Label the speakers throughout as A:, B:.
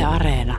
A: Areena.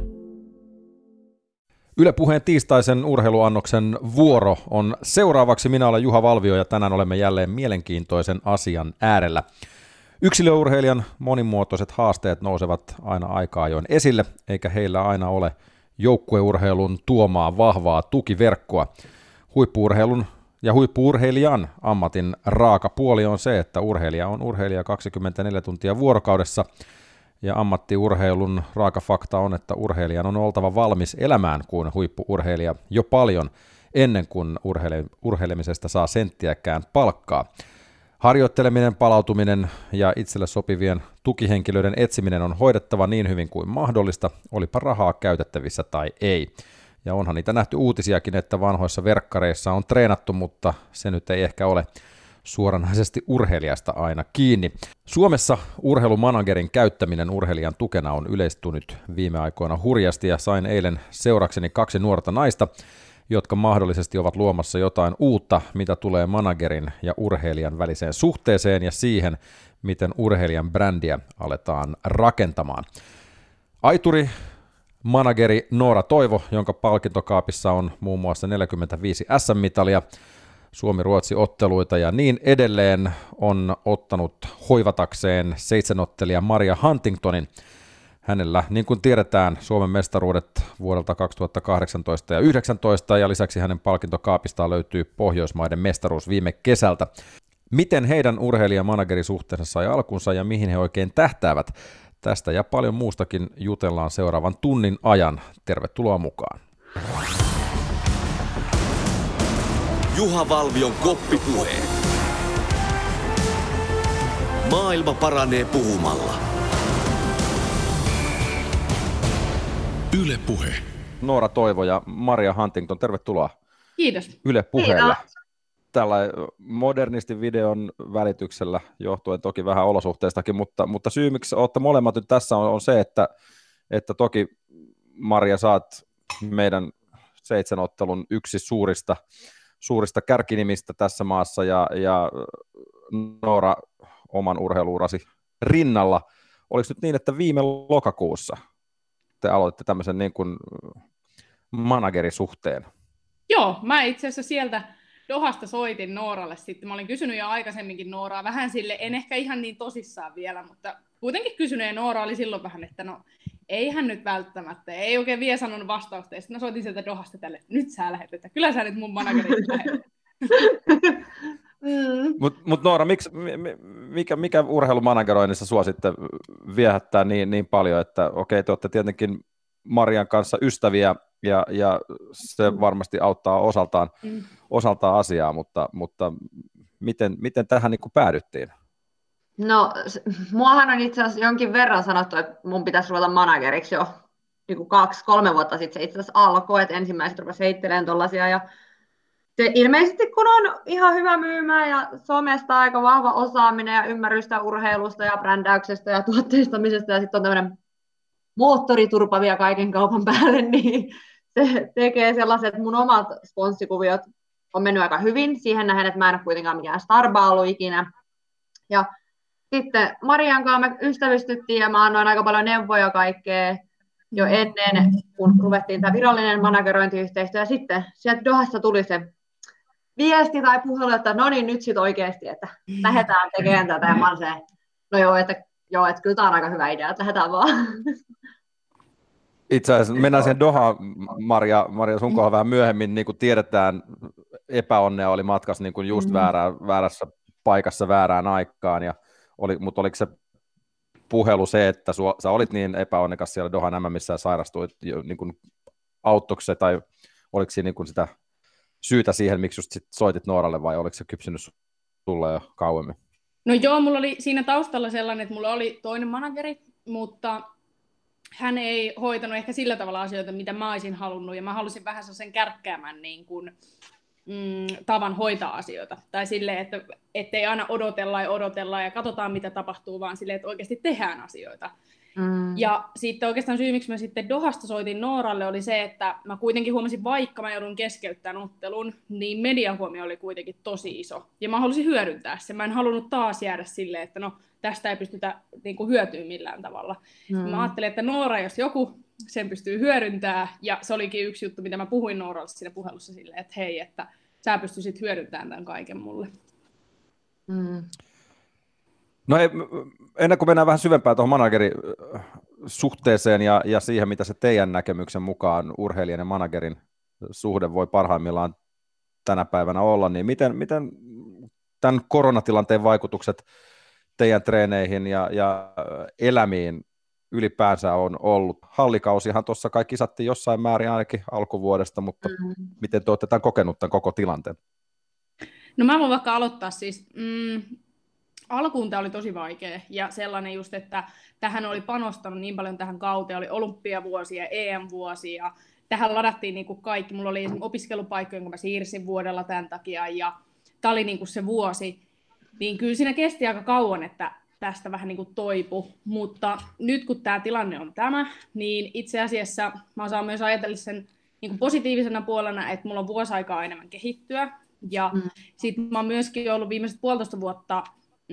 B: Yle Puheen tiistaisen urheiluannoksen vuoro on seuraavaksi. Minä olen Juha Valvio ja tänään olemme jälleen mielenkiintoisen asian äärellä. Yksilöurheilijan monimuotoiset haasteet nousevat aina aika ajoin esille, eikä heillä aina ole joukkueurheilun tuomaa vahvaa tukiverkkoa. Huippu-urheilun ja huippu-urheilijan ammatin raaka puoli on se, että urheilija on urheilija 24 tuntia vuorokaudessa, ja ammattiurheilun raaka fakta on, että urheilijan on oltava valmis elämään kuin huippu-urheilija jo paljon ennen kuin urheilemisesta saa senttiäkään palkkaa. Harjoitteleminen, palautuminen ja itselle sopivien tukihenkilöiden etsiminen on hoidettava niin hyvin kuin mahdollista, olipa rahaa käytettävissä tai ei. Ja onhan niitä nähty uutisiakin, että vanhoissa verkkareissa on treenattu, mutta se nyt ei ehkä ole suoranaisesti urheilijasta aina kiinni. Suomessa urheilumanagerin käyttäminen urheilijan tukena on yleistynyt viime aikoina hurjasti, ja sain eilen seurakseni 2 nuorta naista, jotka mahdollisesti ovat luomassa jotain uutta, mitä tulee managerin ja urheilijan väliseen suhteeseen ja siihen, miten urheilijan brändiä aletaan rakentamaan. Aituri, manageri Noora Toivo, jonka palkintokaapissa on muun muassa 45 SM-mitalia, Suomi-Ruotsi-otteluita ja niin edelleen, on ottanut hoivatakseen 7-ottelija Maria Huntingtonin. Hänellä, niin kuin tiedetään, Suomen mestaruudet vuodelta 2018 ja 2019, ja lisäksi hänen palkintokaapistaan löytyy Pohjoismaiden mestaruus viime kesältä. Miten heidän urheilija-managerisuhteensa sai alkunsa ja mihin he oikein tähtäävät? Tästä ja paljon muustakin jutellaan seuraavan tunnin ajan. Tervetuloa mukaan.
C: Juha Valvion koppipuhe. Maailma paranee puhumalla. Yle Puhe.
B: Noora Toivo ja Maria Huntington, tervetuloa.
D: Kiitos.
B: Yle Puheelle. Tällä modernistin videon välityksellä, johtuen toki vähän olosuhteistakin, mutta syy, miksi olette molemmat nyt tässä on se, että toki Maria, saat meidän 7-ottelun yksi suurista kärkinimistä tässä maassa, ja Noora oman urheiluurasi rinnalla. Oliko nyt niin, että viime lokakuussa te aloititte tämmöisen niin kuin managerisuhteen?
D: Joo, mä itse asiassa sieltä Dohasta soitin Nooralle sitten. Mä olin kysynyt jo aikaisemminkin Nooraa vähän sille, en ehkä ihan niin tosissaan vielä, mutta kuitenkin kysynyt, ja Noora oli silloin vähän, että no eihän nyt välttämättä, ei oikein vielä sanonut vastausta, ja sitten mä soitin sieltä Dohasta tälle, nyt sä lähet, että kyllä sä nyt mun managerit lähet.
B: Mutta Noora, mikä urheilumanageroinnissa sua sitten viehättää niin paljon, että okei, te olette tietenkin Marian kanssa ystäviä, ja se varmasti auttaa osaltaan asiaa, mutta miten tähän niin kuin päädyttiin?
E: No, muahan on itse asiassa jonkin verran sanottu, että mun pitäisi ruveta manageriksi jo niin 2-3 vuotta sitten se itse asiassa alkoi, että ensimmäiset rupesi heittelemään tuollaisia, ja se ilmeisesti kun on ihan hyvä myymään ja somesta aika vahva osaaminen ja ymmärrystä urheilusta ja brändäyksestä ja tuotteistamisesta, ja sitten on tämmöinen moottoriturpa vielä kaiken kaupan päälle, niin se tekee sellaiset, mun omat sponssikuviot on mennyt aika hyvin siihen nähden, että mä en ole kuitenkaan mikään starba ollut ikinä. Ja sitten Marian kanssa me ystävystyttiin ja mä annoin aika paljon neuvoja kaikkea jo ennen, kun ruvettiin tämä virallinen managerointiyhteistyö. Ja sitten sieltä Dohasta tuli se viesti tai puhelu, että no niin, nyt sitten oikeasti, että lähdetään tekemään tätä. Ja mä olen se, no joo, että kyllä tämä on aika hyvä idea, että lähdetään vaan.
B: Itse asiassa mennään siihen Dohaan, Maria sun kohdalla vähän myöhemmin, niin kuin tiedetään, epäonnea oli matkassa niin kuin just väärässä paikassa väärään aikaan, mutta oliko se puhelu se, että sä olit niin epäonnekas siellä Dohan MM:ssä ja sairastuit, niin kuin auttoiko se, tai oliko siinä niin kuin sitä syytä siihen, miksi just sit soitit Nooralle, vai oliko se kypsynyt sulle jo kauemmin?
D: No joo, mulla oli siinä taustalla sellainen, että mulla oli toinen manageri, mutta hän ei hoitanut ehkä sillä tavalla asioita, mitä mä olisin halunnut, ja mä halusin vähän sen kärkkäämään niin kuin, tavan hoitaa asioita. Tai silleen, että ettei aina odotella ja katsotaan, mitä tapahtuu, vaan silleen, että oikeasti tehdään asioita. Ja sitten oikeastaan syy, miksi mä sitten Dohasta soitin Nooralle, oli se, että mä kuitenkin huomasin, vaikka mä joudun keskeyttämään ottelun, niin median huomio oli kuitenkin tosi iso. Ja mä halusin hyödyntää sen. Mä en halunnut taas jäädä silleen, että no tästä ei pystytä niin kuin hyötyä millään tavalla. Mä ajattelin, että Noora, jos joku sen pystyy hyödyntämään, ja se olikin yksi juttu, mitä mä puhuin Nooralle siinä puhelussa silleen, että hei, että sä pystyisit hyödyntämään tämän kaiken mulle.
B: No ennen kuin mennään vähän syvempään tuohon managerisuhteeseen ja siihen, mitä se teidän näkemyksen mukaan urheilijan ja managerin suhde voi parhaimmillaan tänä päivänä olla, niin miten tämän koronatilanteen vaikutukset teidän treeneihin ja elämiin ylipäänsä on ollut? Hallikausihan tuossa kai kisattiin jossain määrin ainakin alkuvuodesta, mutta miten te olette tämän kokenut tämän koko tilanteen?
D: No mä voin vaikka aloittaa siis. Alkuun tämä oli tosi vaikea ja sellainen just, että tähän oli panostanut niin paljon tähän kauteen, oli olympiavuosia, EM-vuosia, tähän ladattiin niin kuin kaikki. Mulla oli opiskelupaikkoja, jonka mä siirsin vuodella tämän takia ja tämä oli niin kuin se vuosi. Niin kyllä siinä kesti aika kauan, että tästä vähän niin kuin toipu, mutta nyt kun tämä tilanne on tämä, niin itse asiassa mä saan myös ajatella sen niin kuin positiivisena puolena, että mulla on vuosi aikaa enemmän kehittyä ja sitten mä oon myöskin ollut viimeiset 1,5 vuotta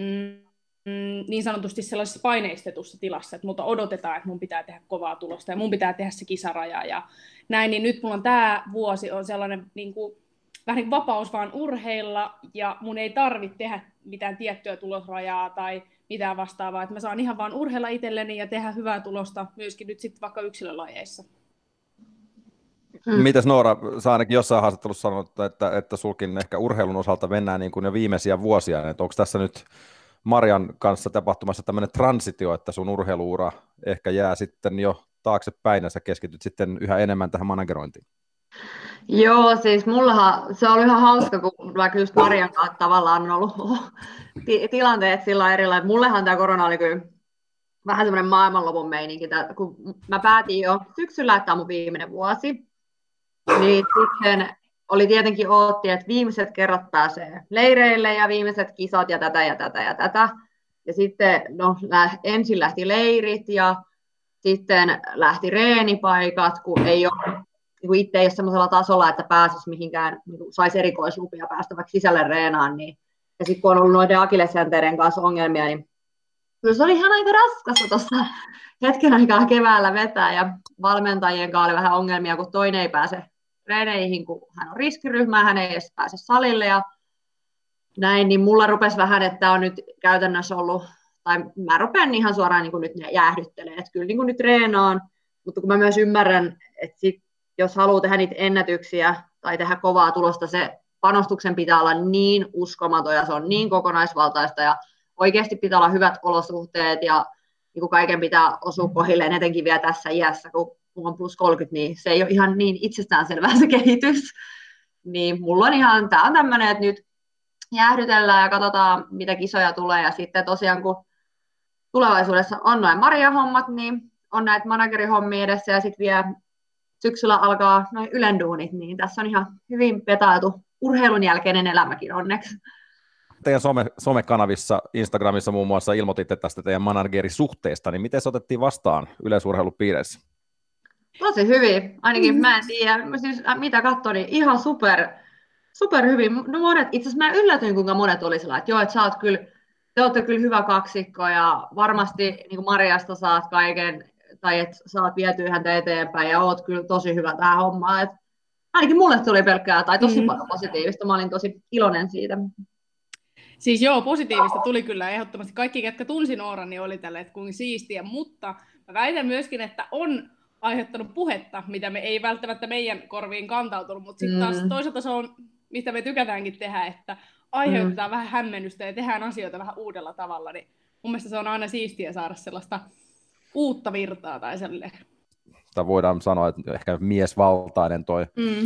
D: niin sanotusti sellaisessa paineistetussa tilassa, että multa odotetaan, että mun pitää tehdä kovaa tulosta ja mun pitää tehdä se kisaraja ja näin, niin nyt mulla on tämä vuosi on sellainen niin kuin, vähän niin kuin vapaus vaan urheilla ja mun ei tarvitse tehdä mitään tiettyä tulosrajaa tai mitään vastaavaa, että mä saan ihan vaan urheilla itselleni ja tehdä hyvää tulosta myöskin nyt sitten vaikka yksilölajeissa.
B: Mites Noora, sä ainakin jossain haastattelussa sanonut, että sulkin ehkä urheilun osalta mennään niin kuin jo viimeisiä vuosia, että onko tässä nyt Marian kanssa tapahtumassa tämmöinen transitio, että sun urheiluura ehkä jää sitten jo taaksepäin ja sä keskityt sitten yhä enemmän tähän managerointiin?
E: Joo, siis mullahan se oli ihan hauska, kun vaikka just Marian kanssa tavallaan on ollut tilanteet sillä erilainen. Mullehan tämä korona oli kyllä vähän semmoinen maailmanlopun meininki, kun mä päätin jo syksyllä, että tämä on mun viimeinen vuosi, niin sitten oli tietenkin ootti, että viimeiset kerrat pääsee leireille ja viimeiset kisat ja tätä ja tätä ja tätä. Ja sitten ensin lähti leirit ja sitten lähti reenipaikat, kun ei ole, niin kuin itse ei ole sellaisella tasolla, että pääsisi mihinkään, niin saisi erikoislupia päästä vaikka sisälle reenaan. Niin. Ja sitten kun on ollut noiden akillesjänteiden kanssa ongelmia, niin kyllä se oli ihan aika raskasta tuossa hetken aikaa keväällä vetää. Ja valmentajien kanssa oli vähän ongelmia, kun toinen ei pääse treeneihin, kun hän on riskiryhmä, hän ei edes pääse salille ja näin, niin mulla rupesi vähän, että on nyt käytännössä ollut, tai mä rupean ihan suoraan niin kuin nyt jäähdyttelemään, että kyllä niin kuin nyt treenaan, mutta kun mä myös ymmärrän, että sit, jos haluaa tehdä niitä ennätyksiä tai tehdä kovaa tulosta, se panostuksen pitää olla niin uskomaton ja se on niin kokonaisvaltaista ja oikeasti pitää olla hyvät olosuhteet ja niin kuin kaiken pitää osua kohdilleen, etenkin vielä tässä iässä, kun on plus 30, niin se ei ole ihan niin itsestäänselvää se kehitys. Niin mulla on ihan, tää on tämmöinen, että nyt jäähdytellään ja katsotaan, mitä kisoja tulee. Ja sitten tosiaan, kun tulevaisuudessa on noin Maria-hommat, niin on näitä managerihommia edessä ja sitten vielä syksyllä alkaa noin Ylen duunit, niin tässä on ihan hyvin petailtu urheilun jälkeinen elämäkin onneksi.
B: Teidän somekanavissa, Instagramissa muun muassa ilmoititte tästä teidän managerisuhteesta, niin miten se otettiin vastaan yleisurheilupiireissä? Tosi
E: hyvin, ainakin mä en tiedä, siis, mitä katsoin, niin ihan super hyvin. No monet, itse asiassa mä yllätyin, kuinka monet oli sellainen, että joo, että te olette kyllä hyvä kaksikko ja varmasti niin kuin Mariasta saat kaiken, tai että saat vietyä häntä eteenpäin ja oot kyllä tosi hyvä tähän hommaan. Et ainakin mulle tuli pelkkää tai tosi paljon positiivista, mä olin tosi iloinen siitä.
D: Siis joo, positiivista tuli kyllä ehdottomasti. Kaikki, ketkä tunsi Nooran, niin oli tällä, että kuinka siistiä, mutta mä väitän myöskin, että on aiheuttanut puhetta, mitä me ei välttämättä meidän korviin kantautunut, mutta sitten taas toisaalta se on, mistä me tykätäänkin tehdä, että aiheutetaan vähän hämmennystä ja tehdään asioita vähän uudella tavalla, niin mun mielestä se on aina siistiä saada sellaista uutta virtaa tai sellainen.
B: Tai voidaan sanoa, että ehkä miesvaltainen toi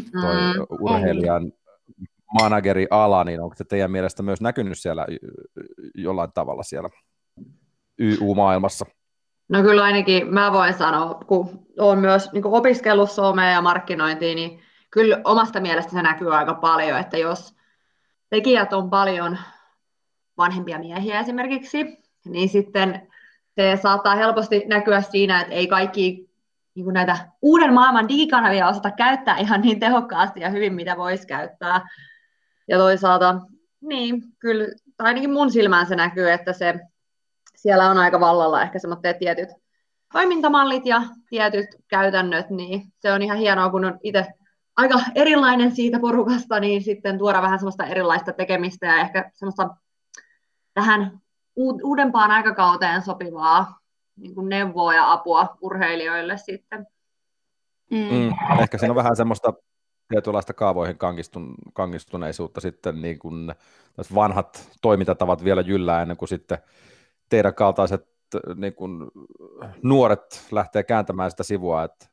B: urheilijan manageriala, niin onko se teidän mielestä myös näkynyt siellä jollain tavalla siellä YU-maailmassa?
E: No kyllä ainakin mä voin sanoa, kun olen myös niin kuin opiskellut somea ja markkinointia, niin kyllä omasta mielestä se näkyy aika paljon, että jos tekijät on paljon vanhempia miehiä esimerkiksi, niin sitten se saattaa helposti näkyä siinä, että ei kaikki niin kuin näitä uuden maailman digikanavia osata käyttää ihan niin tehokkaasti ja hyvin, mitä voisi käyttää. Ja toisaalta, niin kyllä, tai ainakin mun silmään se näkyy, että se siellä on aika vallalla ehkä semmoiset tietyt toimintamallit ja tietyt käytännöt, niin se on ihan hienoa, kun on itse aika erilainen siitä porukasta, niin sitten tuoda vähän semmoista erilaista tekemistä ja ehkä semmoista tähän uudempaan aikakauteen sopivaa niin kuin neuvoa ja apua urheilijoille sitten.
B: Ehkä siinä on vähän semmoista tietynlaista kaavoihin kangistuneisuutta sitten, niin kuin vanhat toimintatavat vielä jyllää ennen kuin sitten teidän kaltaiset niin kuin nuoret lähtee kääntämään sitä sivua, että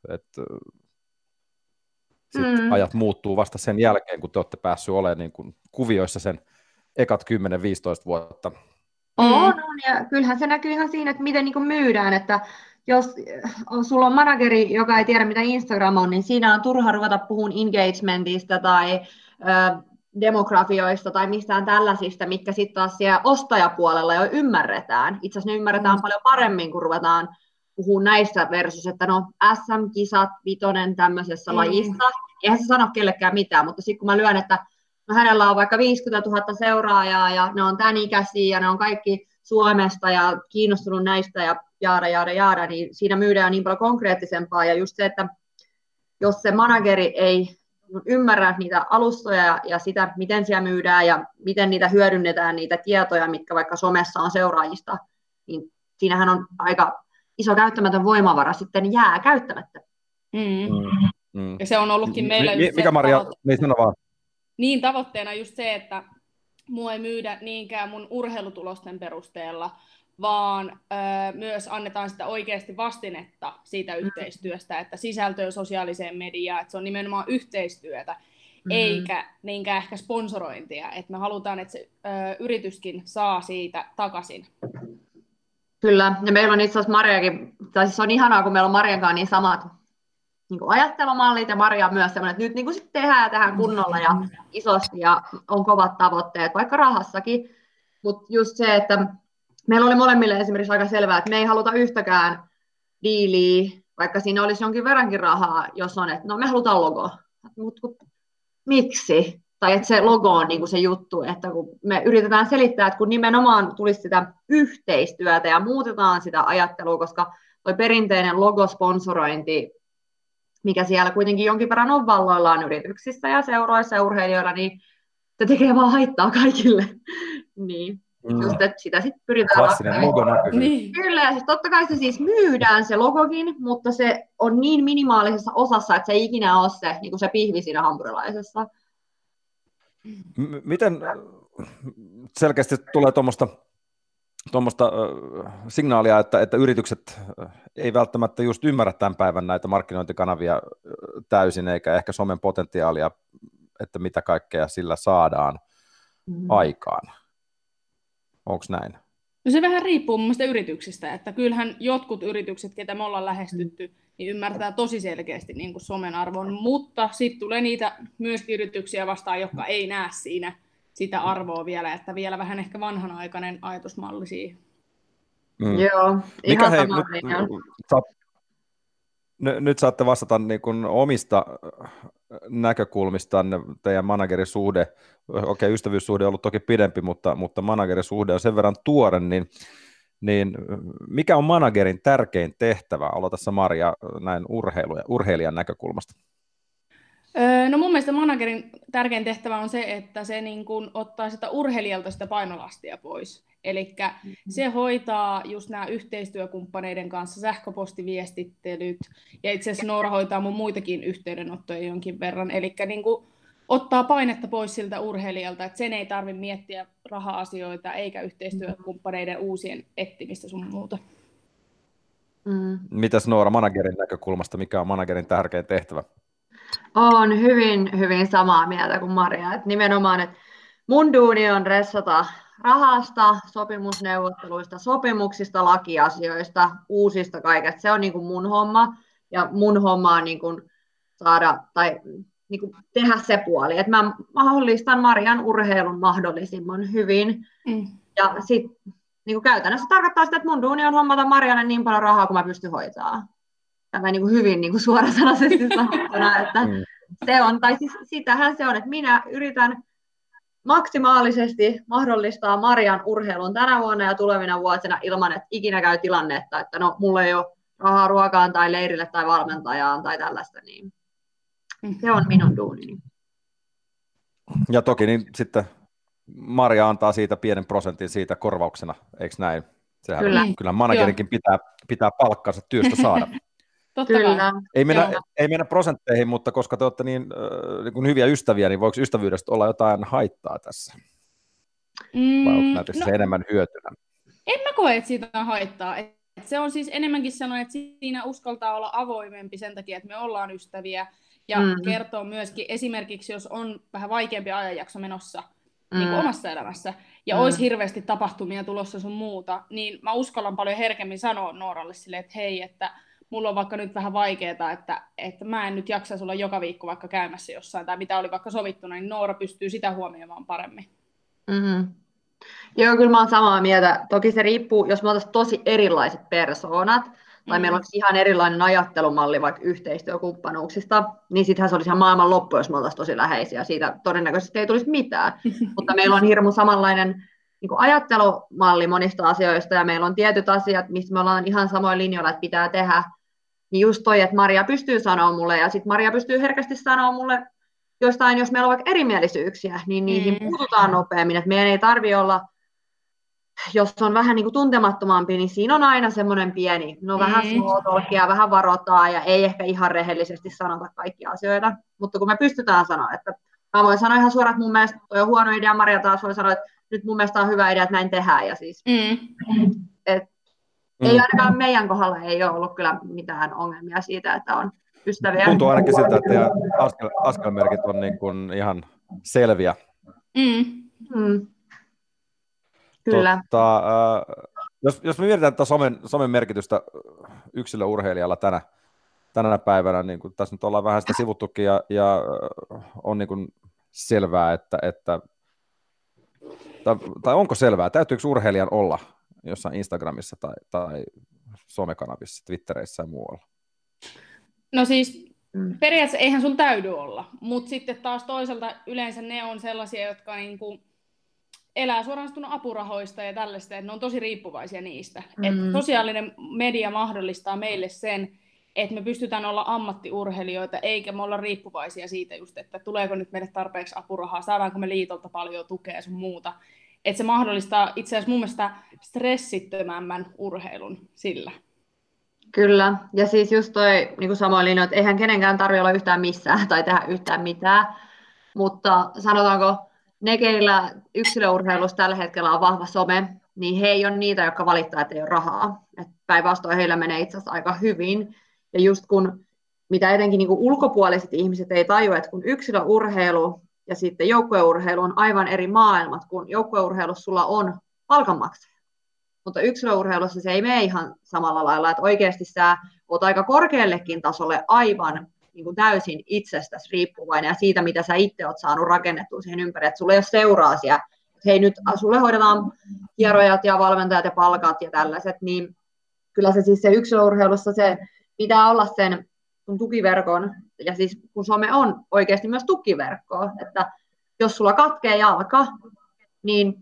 B: sitten ajat muuttuu vasta sen jälkeen, kun te olette päässyt olemaan niin kuin kuvioissa sen ekat 10-15 vuotta.
E: On, ja kyllähän se näkyy ihan siinä, että miten niin kuin myydään, että jos sulla on manageri, joka ei tiedä, mitä Instagram on, niin siinä on turha ruveta puhumaan engagementista tai demografioista tai mistään tällaisista, mitkä sitten taas siellä ostajapuolella jo ymmärretään. Itse asiassa ne ymmärretään paljon paremmin, kun ruvetaan puhumaan näistä versus, että no SM-kisat, vitonen tämmöisessä lajissa. Eihän se sano kellekään mitään, mutta sitten kun mä lyön, että no hänellä on vaikka 50 000 seuraajaa ja ne on tämän ikäisiä ja ne on kaikki Suomesta ja kiinnostunut näistä ja jaada, niin siinä myydään niin paljon konkreettisempaa. Ja just se, että jos se manageri ei ymmärrä niitä alustoja ja sitä, miten siellä myydään ja miten niitä hyödynnetään, niitä tietoja, mitkä vaikka somessa on seuraajista, niin siinähän on aika iso käyttämätön voimavara sitten jää käyttämättä.
D: Ja se on ollutkin meillä just
B: mikä Maria, niin sano vaan.
D: Niin tavoitteena just se, että mua ei myydä niinkään mun urheilutulosten perusteella, vaan myös annetaan sitä oikeasti vastinetta siitä yhteistyöstä, että sisältöä sosiaaliseen mediaan, että se on nimenomaan yhteistyötä, eikä niinkään ehkä sponsorointia, että me halutaan, että se yrityskin saa siitä takaisin.
E: Kyllä, ja meillä on itse asiassa Mariakin, tai siis on ihanaa, kun meillä on Marian kanssa niin samat niin kuin ajattelumallit, ja Maria on myös sellainen, että nyt niin kuin sit tehdään kunnolla ja isosti, ja on kovat tavoitteet, vaikka rahassakin, mutta just se, että meillä oli molemmille esimerkiksi aika selvää, että me ei haluta yhtäkään diiliä, vaikka siinä olisi jonkin verrankin rahaa, jos on, että no me halutaan logo. Mutta miksi? Tai että se logo on niin kuin se juttu, että kun me yritetään selittää, että kun nimenomaan tulisi sitä yhteistyötä ja muutetaan sitä ajattelua, koska toi perinteinen logosponsorointi, mikä siellä kuitenkin jonkin verran on valloillaan yrityksissä ja seuroissa ja urheilijoilla, niin se tekee vaan haittaa kaikille. Niin. Just, että sitä sitten pyritään...
B: Klassinen logo näkyy.
E: Niin. Kyllä, ja siis totta kai se siis myydään se logokin, mutta se on niin minimaalisessa osassa, että se ei ikinä ole se, niin kuin se pihvi siinä hampurilaisessa.
B: Miten selkeästi tulee tuommoista signaalia, että yritykset ei välttämättä just ymmärrä tämän päivän näitä markkinointikanavia täysin, eikä ehkä somen potentiaalia, että mitä kaikkea sillä saadaan aikaan. Onko näin?
D: No se vähän riippuu mun mielestä yrityksistä, että kyllähän jotkut yritykset, ketä me ollaan lähestytty, niin ymmärtää tosi selkeästi niin kuin somen arvon, mutta sitten tulee niitä myöskin yrityksiä vastaan, jotka ei näe siinä sitä arvoa vielä, että vielä vähän ehkä vanhanaikainen ajatusmalli siihen.
E: Joo, ihan sama.
B: Nyt saatte vastata niin kuin omista näkökulmistanne, teidän managerisuhde, okei, ystävyyssuhde on ollut toki pidempi, mutta managerisuhde on sen verran tuore, niin mikä on managerin tärkein tehtävä? Aloita tässä Maria näin urheilijan näkökulmasta.
D: No mun mielestä managerin tärkein tehtävä on se, että se niin kuin ottaa sitä urheilijalta sitä painolastia pois. Eli se hoitaa just nämä yhteistyökumppaneiden kanssa sähköpostiviestittelyt, ja itse asiassa Noora hoitaa mun muitakin yhteydenottoja jonkin verran, eli niin kuin ottaa painetta pois siltä urheilijalta, että sen ei tarvitse miettiä raha-asioita eikä yhteistyökumppaneiden uusien etsimistä sun muuta.
B: Mitäs Noora managerin näkökulmasta, mikä on managerin tärkein tehtävä?
E: Olen hyvin, hyvin samaa mieltä kuin Maria. Että nimenomaan, että mun duuni on ressata rahasta, sopimusneuvotteluista, sopimuksista, lakiasioista, uusista kaikesta. Se on niin kuin mun homma, ja mun homma on niin kuin saada tai niin kuin tehdä se puoli. Että mä mahdollistan Marian urheilun mahdollisimman hyvin. Ja sitten niin käytännössä tarkoittaa sitä, että mun duuni on hommata Marialle niin paljon rahaa, kuin mä pystyn hoitaa. Tämä niin kuin hyvin niin kuin suorasanaisesti sanottuna, että se on, tai siis sitähän se on, että minä yritän maksimaalisesti mahdollistaa Marian urheilun tänä vuonna ja tulevina vuosina ilman, että ikinä käy tilannetta, että no mulla ei ole rahaa ruokaan tai leirille tai valmentajaan tai tällaista, niin se on minun duunini.
B: Ja toki niin sitten Maria antaa siitä pienen prosentin siitä korvauksena, eikö näin? Sehän kyllä managerinkin pitää palkkansa työstä saada.
E: Kyllä.
B: Ei mennä prosentteihin, mutta koska te olette niin hyviä ystäviä, niin voiko ystävyydestä olla jotain haittaa tässä? Vai onko näytössä se enemmän hyötynä?
D: En mä koe, että siitä on haittaa. Se on siis enemmänkin sellainen, että siinä uskaltaa olla avoimempi sen takia, että me ollaan ystäviä. Ja kertoo myöskin esimerkiksi, jos on vähän vaikeampi ajanjakso menossa niin kuin omassa elämässä, ja olisi hirveästi tapahtumia tulossa sun muuta, niin mä uskallan paljon herkemmin sanoa Nooralle silleen, että hei, että mulla on vaikka nyt vähän vaikeaa, että mä en nyt jaksa sulla joka viikko vaikka käymässä jossain, tai mitä oli vaikka sovittuna, niin Noora pystyy sitä huomioimaan paremmin.
E: Joo, kyllä mä oon samaa mieltä. Toki se riippuu, jos me oltaisiin tosi erilaiset persoonat, tai meillä olisi ihan erilainen ajattelumalli vaikka yhteistyökumppanuuksista, niin sittenhän se olisi ihan maailman loppu, jos me oltaisiin tosi läheisiä. Siitä todennäköisesti ei tulisi mitään. Mutta meillä on hirmu samanlainen niin kuin ajattelumalli monista asioista, ja meillä on tietyt asiat, mistä me ollaan ihan samoin linjoilla, että pitää tehdä. Niin just toi, että Maria pystyy sanoa mulle, ja sitten Maria pystyy herkästi sanoa mulle jostain, jos meillä on vaikka erimielisyyksiä, niin niihin puututaan nopeammin, että meidän ei tarvitse olla, jos on vähän niin kuin tuntemattomampi, niin siinä on aina semmoinen pieni, no vähän small-talkia, vähän varotaan ja ei ehkä ihan rehellisesti sanota kaikkia asioita, mutta kun me pystytään sanoa, että mä voin sanoa ihan suoraan, että mun mielestä toi on huono idea, Maria taas voi sanoa, että nyt mun mielestä on hyvä idea, että näin tehdään, ja siis, ei ainakaan meidän kohdalla ei ole ollut kyllä mitään ongelmia siitä, että on ystäviä.
B: Tuntuu ainakin siltä, että teidän askelmerkit on niin kuin ihan selviä.
E: Kyllä.
B: Jos me mietitään tätä somen merkitystä yksilöurheilijalla tänä päivänä, niin kuin tässä nyt ollaan vähän sitä sivuttukin ja on niin kuin selvää, tai onko selvää, täytyykö urheilijan olla jossain Instagramissa tai somekanavissa, Twittereissä ja muualla?
D: No siis periaatteessa eihän sun täydy olla, mutta sitten taas toisaalta yleensä ne on sellaisia, jotka niinku elää suoraan apurahoista ja tällaista, että ne on tosi riippuvaisia niistä. Että sosiaalinen media mahdollistaa meille sen, että me pystytään olla ammattiurheilijoita, eikä me olla riippuvaisia siitä just, että tuleeko nyt meille tarpeeksi apurahaa, saadaanko me liitolta paljon tukea ja sun muuta. Että se mahdollistaa itse asiassa mun mielestä stressittömämmän urheilun sillä.
E: Kyllä, ja siis just toi niin kuin samoin linjoin, että eihän kenenkään tarvitse olla yhtään missään tai tehdä yhtään mitään, mutta sanotaanko, ne, keillä yksilöurheilussa tällä hetkellä on vahva some, niin he ei ole niitä, jotka valittaa, että ei ole rahaa. Päinvastoin heillä menee itse asiassa aika hyvin, ja just kun, mitä etenkin niin kuin ulkopuoliset ihmiset ei tajua, että kun yksilöurheilu ja sitten joukkueurheilu on aivan eri maailmat, kun joukkueurheilussa sulla on palkanmaksaja. Mutta yksilöurheilussa se ei mene ihan samalla lailla, että oikeasti sä oot aika korkeallekin tasolle aivan niin kuin täysin itsestäsi riippuvainen ja siitä, mitä sä itse oot saanut rakennettua siihen ympäri, että sulla ei ole seuraa siellä, että hei nyt sulle hoidetaan hierojat ja valmentajat ja palkat ja tällaiset, niin kyllä se siis se yksilöurheilussa se pitää olla sen tukiverkon, ja siis kun some on oikeasti myös tukiverkkoa, että jos sulla katkee jalka, niin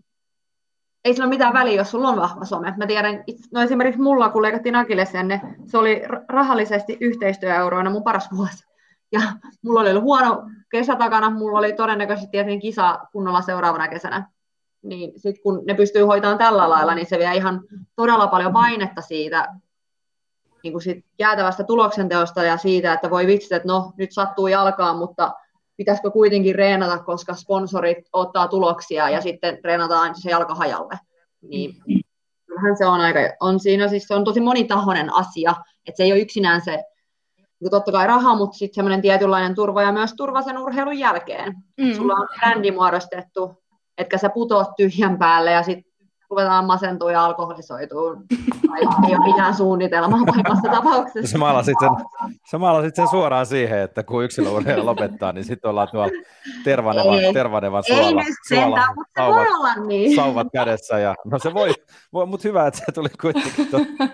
E: ei sillä ole mitään väliä, jos sulla on vahva some. Mä tiedän, no esimerkiksi mulla, kun leikattiin Akillesjänne, se oli rahallisesti yhteistyöeuroina mun paras vuosi. Ja mulla oli huono kesä takana, mulla oli todennäköisesti tietenkin kisa kunnolla seuraavana kesänä. Niin sitten kun ne pystyy hoitamaan tällä lailla, niin se vie ihan todella paljon painetta siitä niin kuin sit jäätävästä tuloksenteosta ja siitä, että voi vitsit, että no nyt sattuu jalkaan, mutta pitäisikö kuitenkin reenata, koska sponsorit ottaa tuloksia ja sitten reenataan se jalka hajalle. Niin kyllähän se on siinä siis se on tosi monitahoinen asia, että se ei ole yksinään se, niin totta kai raha, mutta sitten semmoinen tietynlainen turva ja myös turva sen urheilun jälkeen. Sulla on brändi muodostettu, etkä sä putoat tyhjän päälle ja sitten ruvetaan masentua ja alkoholisoitua. Ei ole mitään suunnitelmaa pahimmassa tapauksessa.
B: Sä maalasit sen suoraan siihen, että kun yksilöurheilu lopettaa, niin sitten ollaan tuolla tervanevan sauvat kädessä. Ja, no se voi, mutta hyvä, että se tuli kuitenkin.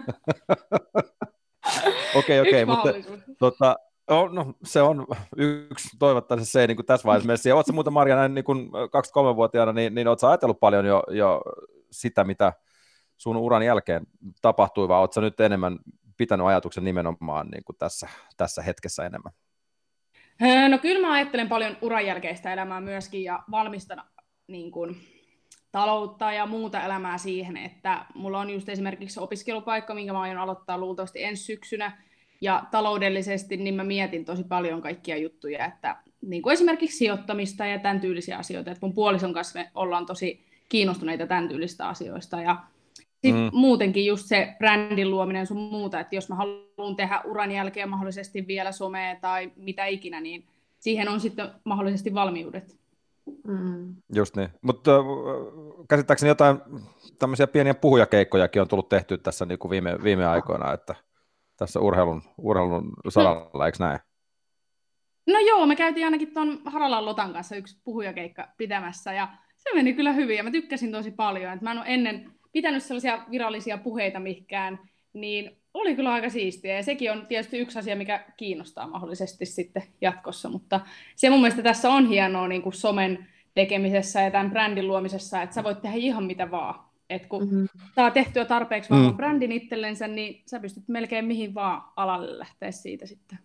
B: Okei, mutta no, se on yksi toivottavasti se niin kuin tässä vaiheessa. Ja ootko muuten, Marja, näin niin kuin 23-vuotiaana, niin ootko ajatellut paljon jo sitä, mitä sun uran jälkeen tapahtui, vai ootko nyt enemmän pitänyt ajatuksen nimenomaan niin kuin tässä hetkessä enemmän?
D: No kyllä mä ajattelen paljon uran jälkeistä elämää myöskin ja valmistan niin kuin taloutta ja muuta elämää siihen, että mulla on just esimerkiksi opiskelupaikka, minkä mä aion aloittaa luultavasti ensi syksynä, ja taloudellisesti niin mä mietin tosi paljon kaikkia juttuja, että niin kuin esimerkiksi sijoittamista ja tämän tyylisiä asioita, että mun puolison kanssa me ollaan tosi kiinnostuneita tämän tyylistä asioista, ja sitten muutenkin just se brändin luominen sun muuta, että jos mä haluan tehdä uran jälkeen mahdollisesti vielä somea tai mitä ikinä, niin siihen on sitten mahdollisesti valmiudet.
B: Just niin, mutta käsittääkseni jotain tämmöisiä pieniä puhujakeikkojakin on tullut tehty tässä niin kuin viime aikoina, että tässä urheilun saralla, eikö näin?
D: No joo, me käytiin ainakin tuon Haralan Lotan kanssa yksi puhujakeikka pitämässä, ja se meni kyllä hyvin, ja mä tykkäsin tosi paljon, että mä en ole ennen pitänyt sellaisia virallisia puheita mihinkään, niin oli kyllä aika siistiä, ja sekin on tietysti yksi asia, mikä kiinnostaa mahdollisesti sitten jatkossa, mutta se mun mielestä tässä on hienoa niin kuin somen tekemisessä ja tämän brändin luomisessa, että sä voit tehdä ihan mitä vaan. Et kun saa tehtyä tarpeeksi vahvan brändin itsellensä, niin sä pystyt melkein mihin vaan alalle lähteä siitä sitten.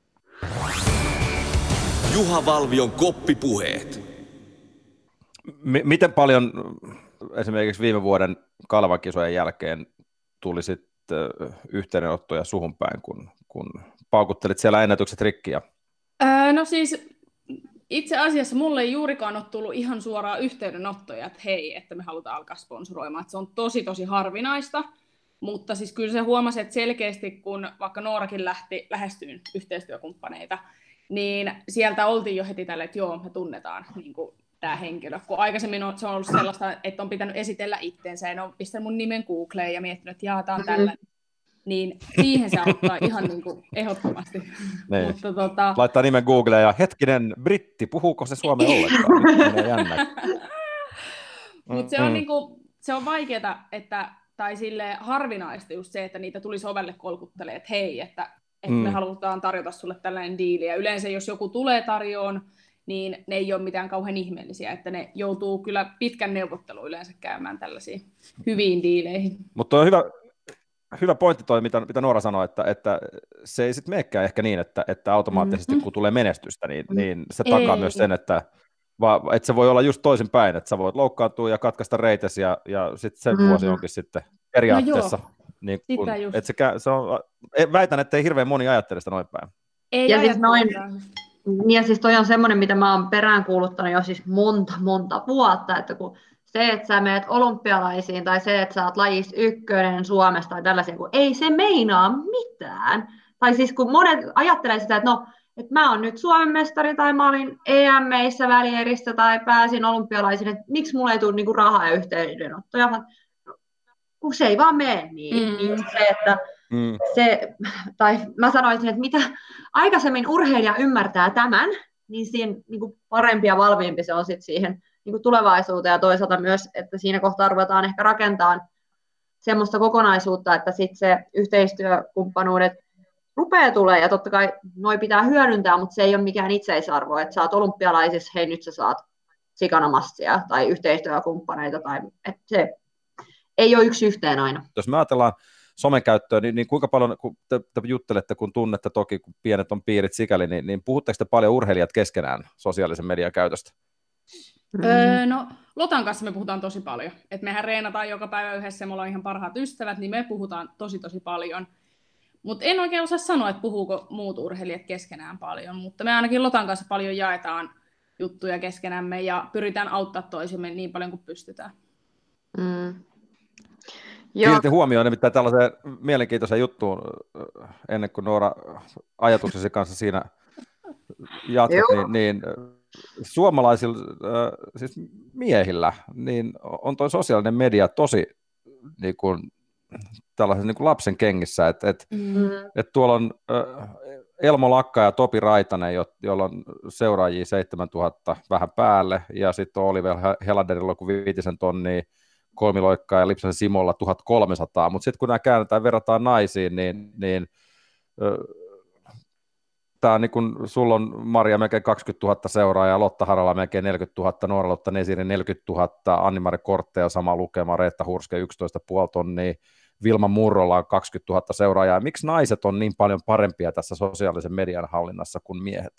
C: Juha Valvion koppipuheet.
B: Miten paljon esimerkiksi viime vuoden Kalvan kisojen jälkeen tuli sitten yhteydenottoja suhun päin, kun paukuttelit siellä ennätykset rikkiä?
D: No siis itse asiassa mulle ei juurikaan ole tullut ihan suoraan yhteydenottoja, että hei, että me halutaan alkaa sponsoroimaan. Että se on tosi, tosi harvinaista, mutta siis kyllä se huomasi, että selkeästi kun vaikka Noorakin lähti lähestyyn yhteistyökumppaneita, niin sieltä oltiin jo heti tälle, että joo, me tunnetaan niin kuin tämä henkilö. Kun aikaisemmin se on ollut sellaista, että on pitänyt esitellä itteensä ja ne on pistänyt mun nimen Googleen ja miettinyt, että jaataan tällä. Niin siihen se auttaa ihan niin kuin ehdottomasti. Mutta,
B: laittaa nimen Googleen ja hetkinen, britti, puhuuko se suomea ollenkaan?
D: Mutta se on, niinku, se on vaikeaa, tai sille harvinaista just se, että niitä tuli sovelle kolkuttelee, että hei, että me halutaan tarjota sulle tällainen diili. Ja yleensä jos joku tulee tarjoon, niin ne ei ole mitään kauhean ihmeellisiä, että ne joutuu kyllä pitkän neuvottelun yleensä käymään tällaisiin hyviin diileihin.
B: Mutta on hyvä pointti toi, mitä Noora sanoi, että se ei sitten menekään ehkä niin, että automaattisesti kun tulee menestystä, niin se takaa myös sen, että se voi olla just toisinpäin, että sä voit loukkaantua ja katkaista reitesi ja sitten se vuosi onkin sitten periaatteessa.
D: No
B: niin kun, se on, väitän, että ei hirveän moni ajattele sitä noin päin.
D: Ei
E: ja siis toi on semmoinen, mitä mä oon peräänkuuluttanut jo siis monta vuotta, että kun se, että sä menet olympialaisiin tai se, että sä oot lajissa ykkönen Suomessa tai tällaisia, kun ei se meinaa mitään. Tai siis kun monet ajattelee sitä, että no, että mä oon nyt Suomen mestari tai mä olin EM-meissä välierissä tai pääsin olympialaisiin, että miksi mulla ei tule niinku rahaa ja yhteydenottoja, kun se ei vaan mene niin. Niin se, että tai mä sanoisin, että mitä aikaisemmin urheilija ymmärtää tämän, niin siinä niin parempi ja valmiimpi se on sitten siihen niin tulevaisuuteen ja toisaalta myös, että siinä kohtaa ruvetaan ehkä rakentamaan semmoista kokonaisuutta, että sitten se yhteistyökumppanuudet rupeaa tulemaan ja totta kai noi pitää hyödyntää, mutta se ei ole mikään itseisarvo, että sä oot olympialaisissa, hei nyt sä saat sikanamassia tai yhteistyökumppaneita tai että se ei ole yksi yhteen aina.
B: Jos me ajatellaan somen käyttöön, niin kuinka paljon, kun te juttelette, kun tunnette toki, kun pienet on piirit sikäli, niin puhutteko te paljon urheilijat keskenään sosiaalisen median käytöstä?
D: No, Lotan kanssa me puhutaan tosi paljon. Et mehän reenataan joka päivä yhdessä, me ollaan ihan parhaat ystävät, niin me puhutaan tosi paljon. Mutta en oikein osaa sanoa, että puhuuko muut urheilijat keskenään paljon, mutta me ainakin Lotan kanssa paljon jaetaan juttuja keskenämme ja pyritään auttaa toisimme niin paljon kuin pystytään.
B: Kiinnitin huomioon nimittäin tällaiseen mielenkiintoiseen juttuun ennen kuin Noora ajatuksesi kanssa siinä jatkat, niin suomalaisilla siis miehillä niin on tuo sosiaalinen media tosi niin kuin, tällaisen niin kuin lapsen kengissä, että tuolla on Elmo Lakka ja Topi Raitanen, jolla on seuraajia 7000 vähän päälle, ja sitten on Oliver Heladerilla kuin 5 tonnia, Kolmiloikkaa ja Lipsasen Simolla 1300, mutta sitten kun nämä käännetään verrataan naisiin, niin tämä on niin kuin, sulla on Maria melkein 20 000 seuraajaa, Lotta Harala melkein 40 000, Noora Lotta Nesiri 40 000, Anni-Mari Kortteja sama lukema, Reetta Hurske 11,5 tonnia, Vilma Murrolla on 20 000 seuraajaa. Miksi naiset on niin paljon parempia tässä sosiaalisen median hallinnassa kuin miehet?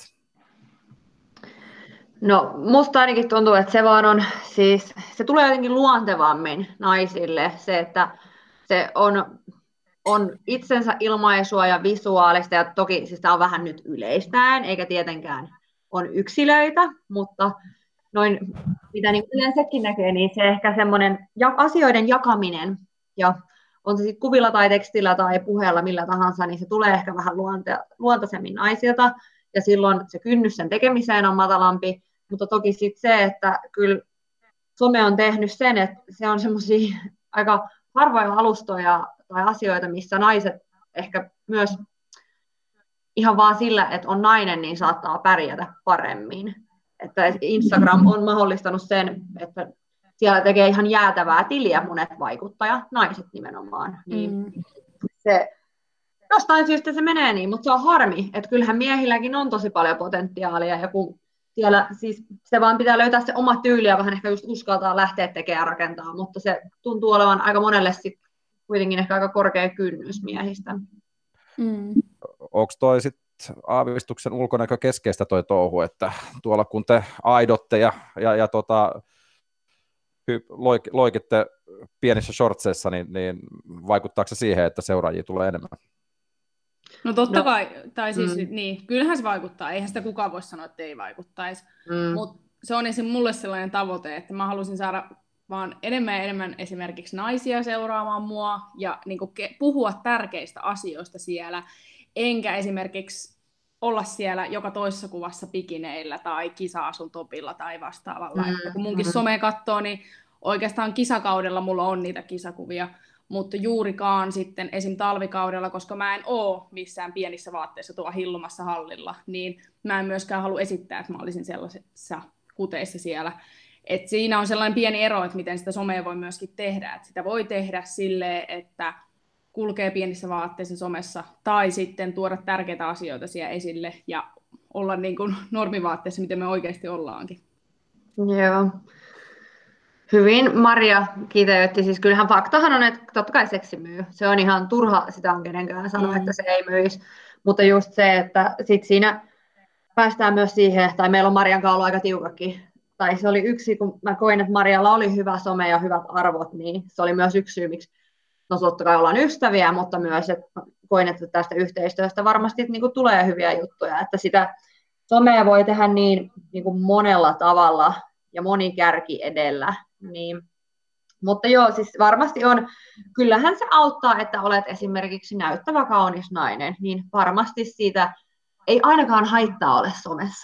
E: No musta ainakin tuntuu, että se vaan on, siis se tulee jotenkin luontevammin naisille, se, että se on itsensä ilmaisua ja visuaalista, ja toki siis tämä on vähän nyt yleistäen, eikä tietenkään on yksilöitä, mutta noin, mitä niin yleensäkin näkee, niin se ehkä semmoinen asioiden jakaminen, ja on se sitten kuvilla tai tekstillä tai puheella millä tahansa, niin se tulee ehkä vähän luontaisemmin naisilta, ja silloin se kynnys sen tekemiseen on matalampi, mutta toki sitten se, että kyllä some on tehnyt sen, että se on semmoisia aika harvoja alustoja tai asioita, missä naiset ehkä myös ihan vaan sillä, että on nainen, niin saattaa pärjätä paremmin. Että Instagram on mahdollistanut sen, että siellä tekee ihan jäätävää tiliä monet vaikuttajat, naiset nimenomaan. Niin se, jostain syystä se menee niin, mutta se on harmi, että kyllähän miehilläkin on tosi paljon potentiaalia, ja kun siellä siis se vaan pitää löytää se oma tyyli ja vähän ehkä just uskaltaa lähteä tekemään ja rakentaa, mutta se tuntuu olevan aika monelle sit kuitenkin ehkä aika korkea kynnys miehistä.
B: Onko toi sitten aavistuksen ulkonäkö keskeistä toi touhu, että tuolla kun te aidotte ja loikitte pienissä shortseissa, niin vaikuttaako se siihen, että seuraajia tulee enemmän?
D: No totta kai, tai siis niin, kyllähän se vaikuttaa, eihän sitä kukaan voi sanoa, että ei vaikuttaisi, mutta se on esim. Mulle sellainen tavoite, että mä halusin saada vaan enemmän ja enemmän esimerkiksi naisia seuraamaan mua ja niin kuin puhua tärkeistä asioista siellä, enkä esimerkiksi olla siellä joka toisessa kuvassa pikineillä tai kisa-asun topilla tai vastaavalla. Että kun munkin some katsoo, niin oikeastaan kisakaudella mulla on niitä kisakuvia, mutta juurikaan sitten esim. Talvikaudella, koska mä en oo missään pienissä vaatteissa tuolla hillumassa hallilla, niin mä en myöskään halua esittää, että mä olisin sellaisissa kuteissa siellä. Et siinä on sellainen pieni ero, että miten sitä somea voi myöskin tehdä. Et sitä voi tehdä silleen, että kulkee pienissä vaatteissa somessa, tai sitten tuoda tärkeitä asioita siellä esille ja olla niin kuin normivaatteissa, miten me oikeasti ollaankin.
E: Joo. Hyvin Maria kiteytti. Siis kyllähän faktahan on, että totta kai seksi myy. Se on ihan turha sitä on kenenkään sanoa, että se ei myisi. Mutta just se, että sit siinä päästään myös siihen, tai meillä on Marian kanssa ollut aika tiukakin. Tai se oli yksi, kun mä koin, että Marialla oli hyvä some ja hyvät arvot, niin se oli myös yksi syy, miksi no totta kai ollaan ystäviä, mutta myös, että koin, että tästä yhteistyöstä varmasti niin kuin tulee hyviä juttuja, että sitä somea voi tehdä niin kuin monella tavalla ja moni kärki edellä. Niin. Mutta joo, siis varmasti on, kyllähän se auttaa, että olet esimerkiksi näyttävä kaunis nainen, niin varmasti siitä ei ainakaan haittaa ole somessa.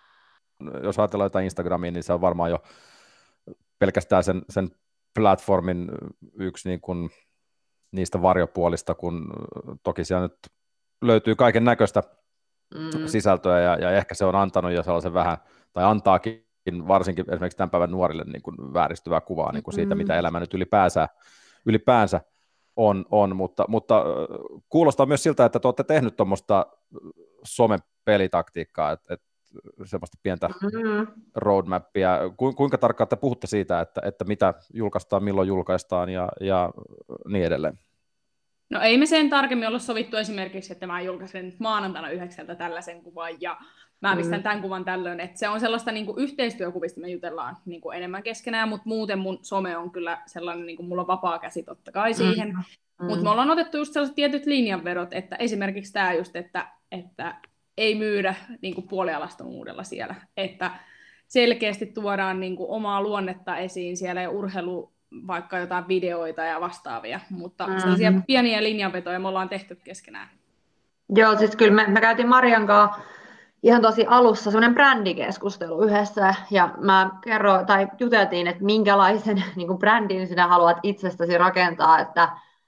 B: Jos ajatellaan jotain Instagramia, niin se on varmaan jo pelkästään sen platformin yksi niin kuin niistä varjopuolista, kun toki siellä nyt löytyy kaiken näköistä sisältöä, ja ehkä se on antanut jo sellaisen vähän, tai antaakin varsinkin esimerkiksi tämän päivän nuorille niin kuin vääristyvää kuvaa niin kuin siitä, mitä elämä nyt ylipäänsä on, mutta kuulostaa myös siltä, että te olette tehnyt tuommoista somen pelitaktiikkaa, että semmoista pientä roadmappia. Kuinka tarkkaan te puhutte siitä, että mitä julkaistaan, milloin julkaistaan ja niin edelleen?
D: No ei me sen tarkemmin olla sovittu esimerkiksi, että mä julkaisen nyt maanantaina 9 tällaisen kuvan ja mä pistän tämän kuvan tällöin. Että se on sellaista niin kuin yhteistyökuvista me jutellaan niin kuin enemmän keskenään, mutta muuten mun some on kyllä sellainen, niin kuin mulla on vapaa käsi totta kai siihen. Mutta me ollaan otettu just sellaiset tietyt linjanvedot, että esimerkiksi tämä just, että ei myydä niin kuin puolialastomuudella siellä, että selkeästi tuodaan niin kuin omaa luonnetta esiin siellä ja urheilu, vaikka jotain videoita ja vastaavia, mutta sellaisia pieniä linjanvetoja me ollaan tehty keskenään.
E: Joo, siis kyllä me käytiin Marian kanssa ihan tosi alussa semmoinen brändikeskustelu yhdessä, ja mä kerroin, tai juteltiin, että minkälaisen niin kuin brändin sinä haluat itsestäsi rakentaa, että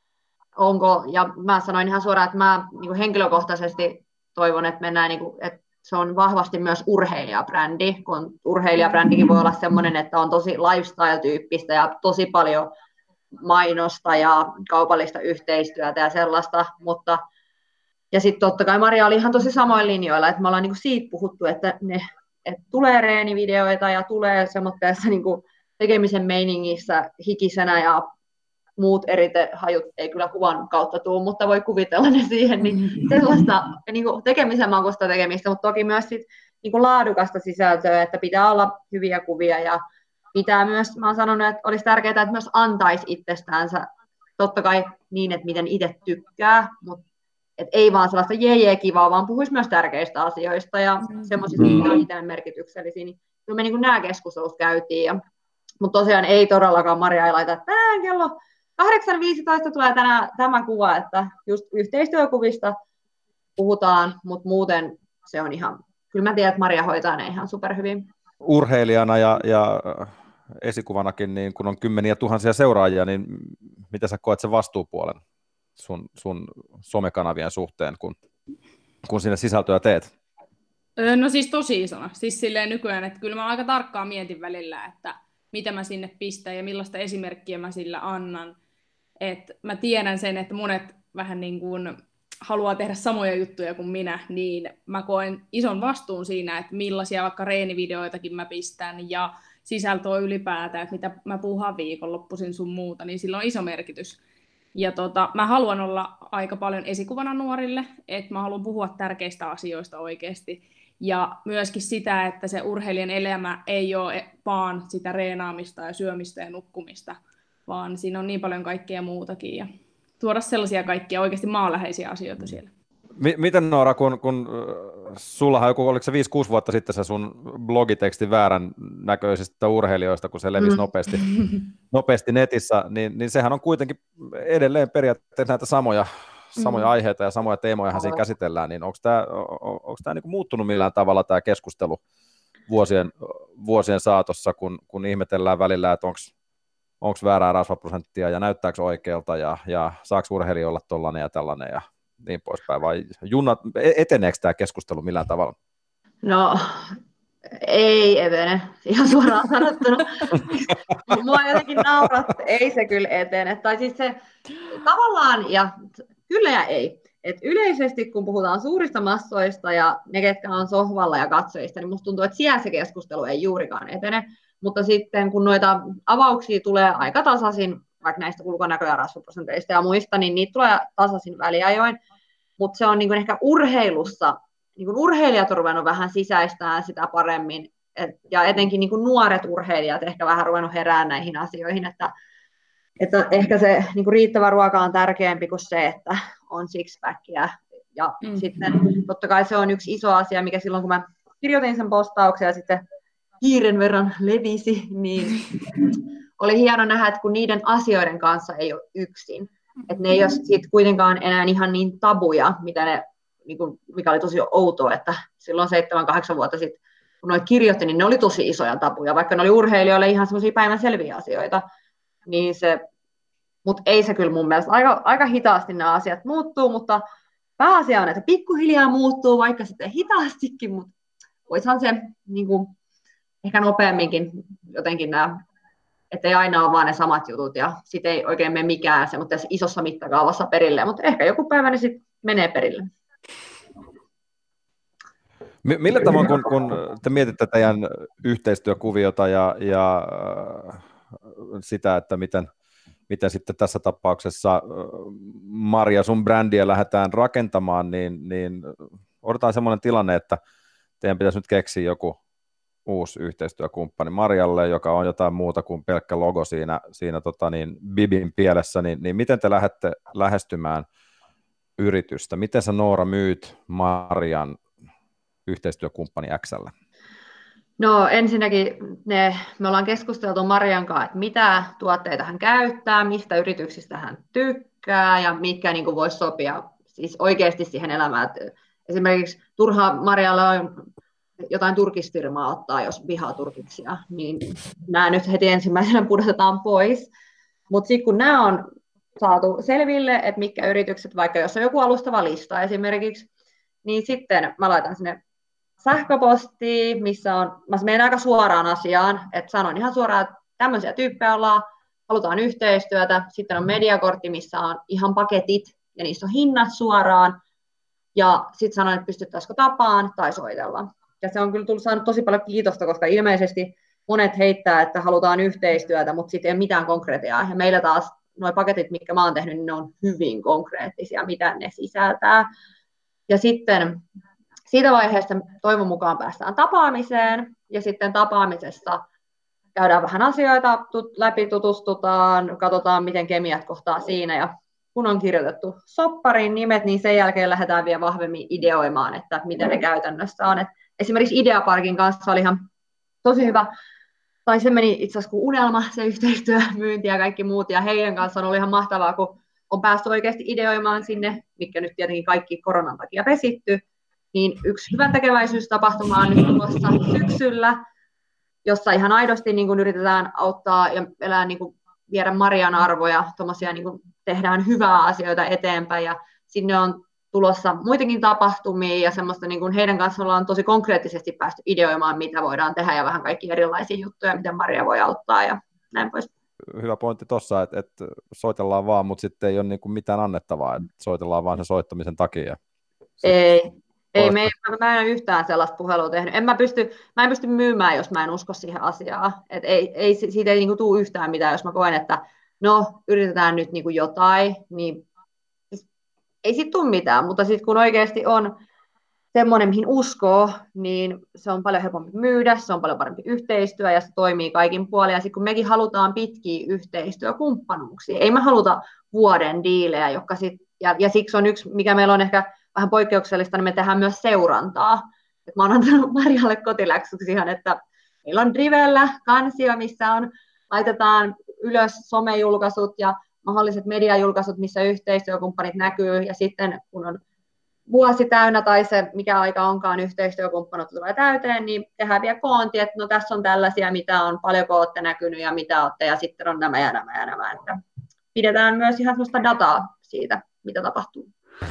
E: onko, ja mä sanoin ihan suoraan, että mä niin kuin henkilökohtaisesti toivon, että mennään, niin kuin, että se on vahvasti myös urheilijabrändi, kun urheilijabrändikin voi olla semmoinen, että on tosi lifestyle-tyyppistä ja tosi paljon mainosta ja kaupallista yhteistyötä ja sellaista, mutta ja sitten totta kai Maria oli ihan tosi samoin linjoilla, että me ollaan niinku siitä puhuttu, että tulee reenivideoita ja tulee semmoisessa niinku tekemisen meiningissä hikisenä ja muut eritehajut ei kyllä kuvan kautta tule, mutta voi kuvitella ne siihen, niin sellaista niin kuin tekemisen makusta tekemistä, mutta toki myös sit, niin kuin laadukasta sisältöä, että pitää olla hyviä kuvia ja pitää myös, mä oon sanonut, että olisi tärkeää, että myös antaisi itsestäänsä, totta kai niin, että miten itse tykkää, mutta et ei vaan sellaista kivaa, vaan puhuisi myös tärkeistä asioista ja semmoisista, mitä on itselle merkityksellisiä, niin kyllä me niin kuin nämä keskustelut käytiin. Mutta tosiaan ei todellakaan, Maria ei laita, että tänään kello 8.15 tulee tänään tämä kuva, että just yhteistyökuvista puhutaan, mutta muuten se on ihan, kyllä mä tiedän, että Maria hoitaa ne ihan superhyvin.
B: Urheilijana ja esikuvanakin, niin kun on kymmeniä tuhansia seuraajia, niin miten sä koet sen vastuupuolen sun somekanavien suhteen, kun sinne sisältöä teet?
D: No siis tosi isona. Siis silleen nykyään, että kyllä mä aika tarkkaan mietin välillä, että mitä mä sinne pistän ja millaista esimerkkiä mä sillä annan. Että mä tiedän sen, että monet vähän niin kuin haluaa tehdä samoja juttuja kuin minä, niin mä koen ison vastuun siinä, että millaisia vaikka reenivideoitakin mä pistän ja sisältöä ylipäätään, että mitä mä puuhaan viikonloppuisin sun muuta, niin sillä on iso merkitys. Ja mä haluan olla aika paljon esikuvana nuorille, että mä haluan puhua tärkeistä asioista oikeasti. Ja myöskin sitä, että se urheilijan elämä ei ole vaan sitä reenaamista ja syömistä ja nukkumista, vaan siinä on niin paljon kaikkea muutakin. Ja tuoda sellaisia kaikkia oikeasti maanläheisiä asioita siellä.
B: Miten Noora, kun sullahan joku, oliko se 5-6 vuotta sitten se sun blogiteksti väärän näköisistä urheilijoista, kun se levisi nopeasti netissä, niin sehän on kuitenkin edelleen periaatteessa näitä samoja aiheita ja samoja teemoja siinä käsitellään, niin onko tämä niinku muuttunut millään tavalla tämä keskustelu vuosien saatossa, kun ihmetellään välillä, että onko väärää rasvaprosenttia ja näyttääkö oikealta ja saako urheilija olla tollainen ja tällainen ja niin poispäin, vai eteneekö tämä keskustelu millään tavalla?
E: No, ei etene, ihan suoraan sanottuna. Mua jotenkin naurat, ei se kyllä etene. Tai siis se tavallaan, ja kyllä ja ei. Et yleisesti, kun puhutaan suurista massoista ja ne, ketkä on sohvalla ja katsojista, niin musta tuntuu, että siellä se keskustelu ei juurikaan etene. Mutta sitten, kun noita avauksia tulee aika tasaisin, vaikka näistä ulkonäkö- ja rasvaprosenteista ja muista, niin niitä tulee tasaisin väliajoin. Mutta se on niin kuin ehkä urheilussa, niin kuin urheilijat on ruvennut vähän sisäistämään sitä paremmin, ja etenkin niin kuin nuoret urheilijat ehkä vähän ruvennut herään näihin asioihin, että ehkä se niin kuin riittävä ruoka on tärkeämpi kuin se, että on sixpackia. Ja sitten totta kai se on yksi iso asia, mikä silloin kun mä kirjoitin sen postauksen ja sitten hiiren verran levisi, niin oli hieno nähdä, että kun niiden asioiden kanssa ei ole yksin. Että ne ei ole sit kuitenkaan enää ihan niin tabuja, mitä ne, mikä oli tosi outoa, että silloin 7-8 vuotta sitten, kun noita kirjoitti, niin ne oli tosi isoja tabuja, vaikka ne oli urheilijoille ihan semmoisia päivänselviä asioita. Niin mutta ei se kyllä mun mielestä, aika hitaasti nämä asiat muuttuu, mutta pääasia on, että pikkuhiljaa muuttuu, vaikka sitten hitaastikin, mutta voisihan se niin kuin, ehkä nopeamminkin jotenkin nämä, että ei aina ole vaan ne samat jutut ja sitten ei oikein mene mikään se, mutta tässä isossa mittakaavassa perille, mutta ehkä joku päivä ne sitten menee perille.
B: Millä tavoin, kun te mietitte teidän yhteistyökuviota ja sitä, että miten sitten tässä tapauksessa Maria sun brändiä lähdetään rakentamaan, niin odotetaan semmoinen tilanne, että teidän pitäisi nyt keksiä joku uusi yhteistyökumppani Marialle, joka on jotain muuta kuin pelkkä logo siinä Bibin pielessä, niin miten te lähdette lähestymään yritystä? Miten sä, Noora, myyt Marian yhteistyökumppani X:llä?
E: No ensinnäkin me ollaan keskusteltu Marian kanssa, että mitä tuotteita hän käyttää, mistä yrityksistä hän tykkää ja mitkä niin kuin voisi sopia siis oikeasti siihen elämään. Esimerkiksi turha Marialle on jotain turkisfirmaa ottaa, jos vihaa turkiksia, niin nämä nyt heti ensimmäisenä pudotetaan pois. Mutta sitten kun nämä on saatu selville, että mitkä yritykset, vaikka jos on joku alustava lista esimerkiksi, niin sitten mä laitan sinne sähköpostiin, missä mä menen aika suoraan asiaan, että sanon ihan suoraan, että tämmöisiä tyyppejä ollaan, halutaan yhteistyötä, sitten on mediakortti, missä on ihan paketit, ja niissä on hinnat suoraan, ja sitten sanon, että pystyttäisikö tapaan tai soitella. Ja se on kyllä saanut tosi paljon kiitosta, koska ilmeisesti monet heittää, että halutaan yhteistyötä, mutta sitten ei ole mitään konkretiaa. Ja meillä taas nuo paketit, mitkä mä oon tehnyt, niin ne on hyvin konkreettisia, mitä ne sisältää. Ja sitten siitä vaiheesta toivon mukaan päästään tapaamiseen, ja sitten tapaamisessa käydään vähän asioita läpi, tutustutaan, katsotaan, miten kemiat kohtaa siinä, ja kun on kirjoitettu sopparin nimet, niin sen jälkeen lähdetään vielä vahvemmin ideoimaan, että miten ne käytännössä on. Et esimerkiksi Ideaparkin kanssa oli ihan tosi hyvä, tai se meni itse asiassa kuin unelma, se yhteistyö, myynti ja kaikki muut, ja heidän kanssaan oli ihan mahtavaa, kun on päästy oikeasti ideoimaan sinne, mikä nyt tietenkin kaikki koronan takia vesitty, niin yksi hyvän tekeväisyystapahtuma on nyt tulossa syksyllä, jossa ihan aidosti niin kuin yritetään auttaa ja elää, niin kuin viedä Marian arvoja, niin kuin tehdään hyvää asioita eteenpäin, ja sinne on tulossa muitakin tapahtumia, ja semmoista niin kuin heidän kanssaan ollaan tosi konkreettisesti päästy ideoimaan, mitä voidaan tehdä, ja vähän kaikki erilaisia juttuja, miten Maria voi auttaa, ja näin pois.
B: Hyvä pointti tuossa, että soitellaan vaan, mutta sitten ei ole niin kuin mitään annettavaa, että soitellaan vaan sen soittamisen takia.
E: Ei, mä en ole yhtään sellaista puhelua tehnyt. Mä en pysty myymään, jos mä en usko siihen asiaan. Siitä ei niinku tule yhtään mitään, jos mä koen, että no, yritetään nyt niinku jotain, niin siis, ei siitä tule mitään. Mutta sitten kun oikeasti on semmoinen, mihin uskoo, niin se on paljon helpompi myydä, se on paljon parempi yhteistyö ja se toimii kaikin puolin. Ja sitten kun mekin halutaan pitkiä yhteistyökumppanuuksia, ei me haluta vuoden diilejä, ja siksi on yksi, mikä meillä on ehkä vähän poikkeuksellista, niin me tehdään myös seurantaa. Et mä oon antanut Marialle kotiläksyksi ihan, että meillä on Drivellä kansio, missä laitetaan ylös somejulkaisut ja mahdolliset mediajulkaisut, missä yhteistyökumppanit näkyy, ja sitten kun on vuosi täynnä tai se, mikä aika onkaan yhteistyökumppanut tulee täyteen, niin tehdään vielä koonti, että no tässä on tällaisia, mitä on, paljonko olette näkynyt ja mitä olette, ja sitten on nämä ja nämä ja nämä. Että pidetään myös ihan sellaista dataa siitä, mitä tapahtuu.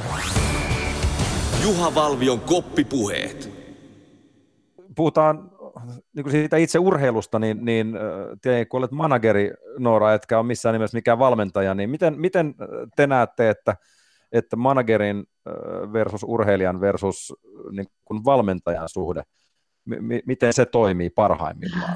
C: Juha Valvion koppipuheet.
B: Puhutaan niin kuin siitä itse urheilusta, niin tiedän, kun olet manageri, Noora, etkä ole missään nimessä mikään valmentaja, niin miten te näette, että managerin versus urheilijan versus niin kuin valmentajan suhde, miten se toimii parhaimmillaan?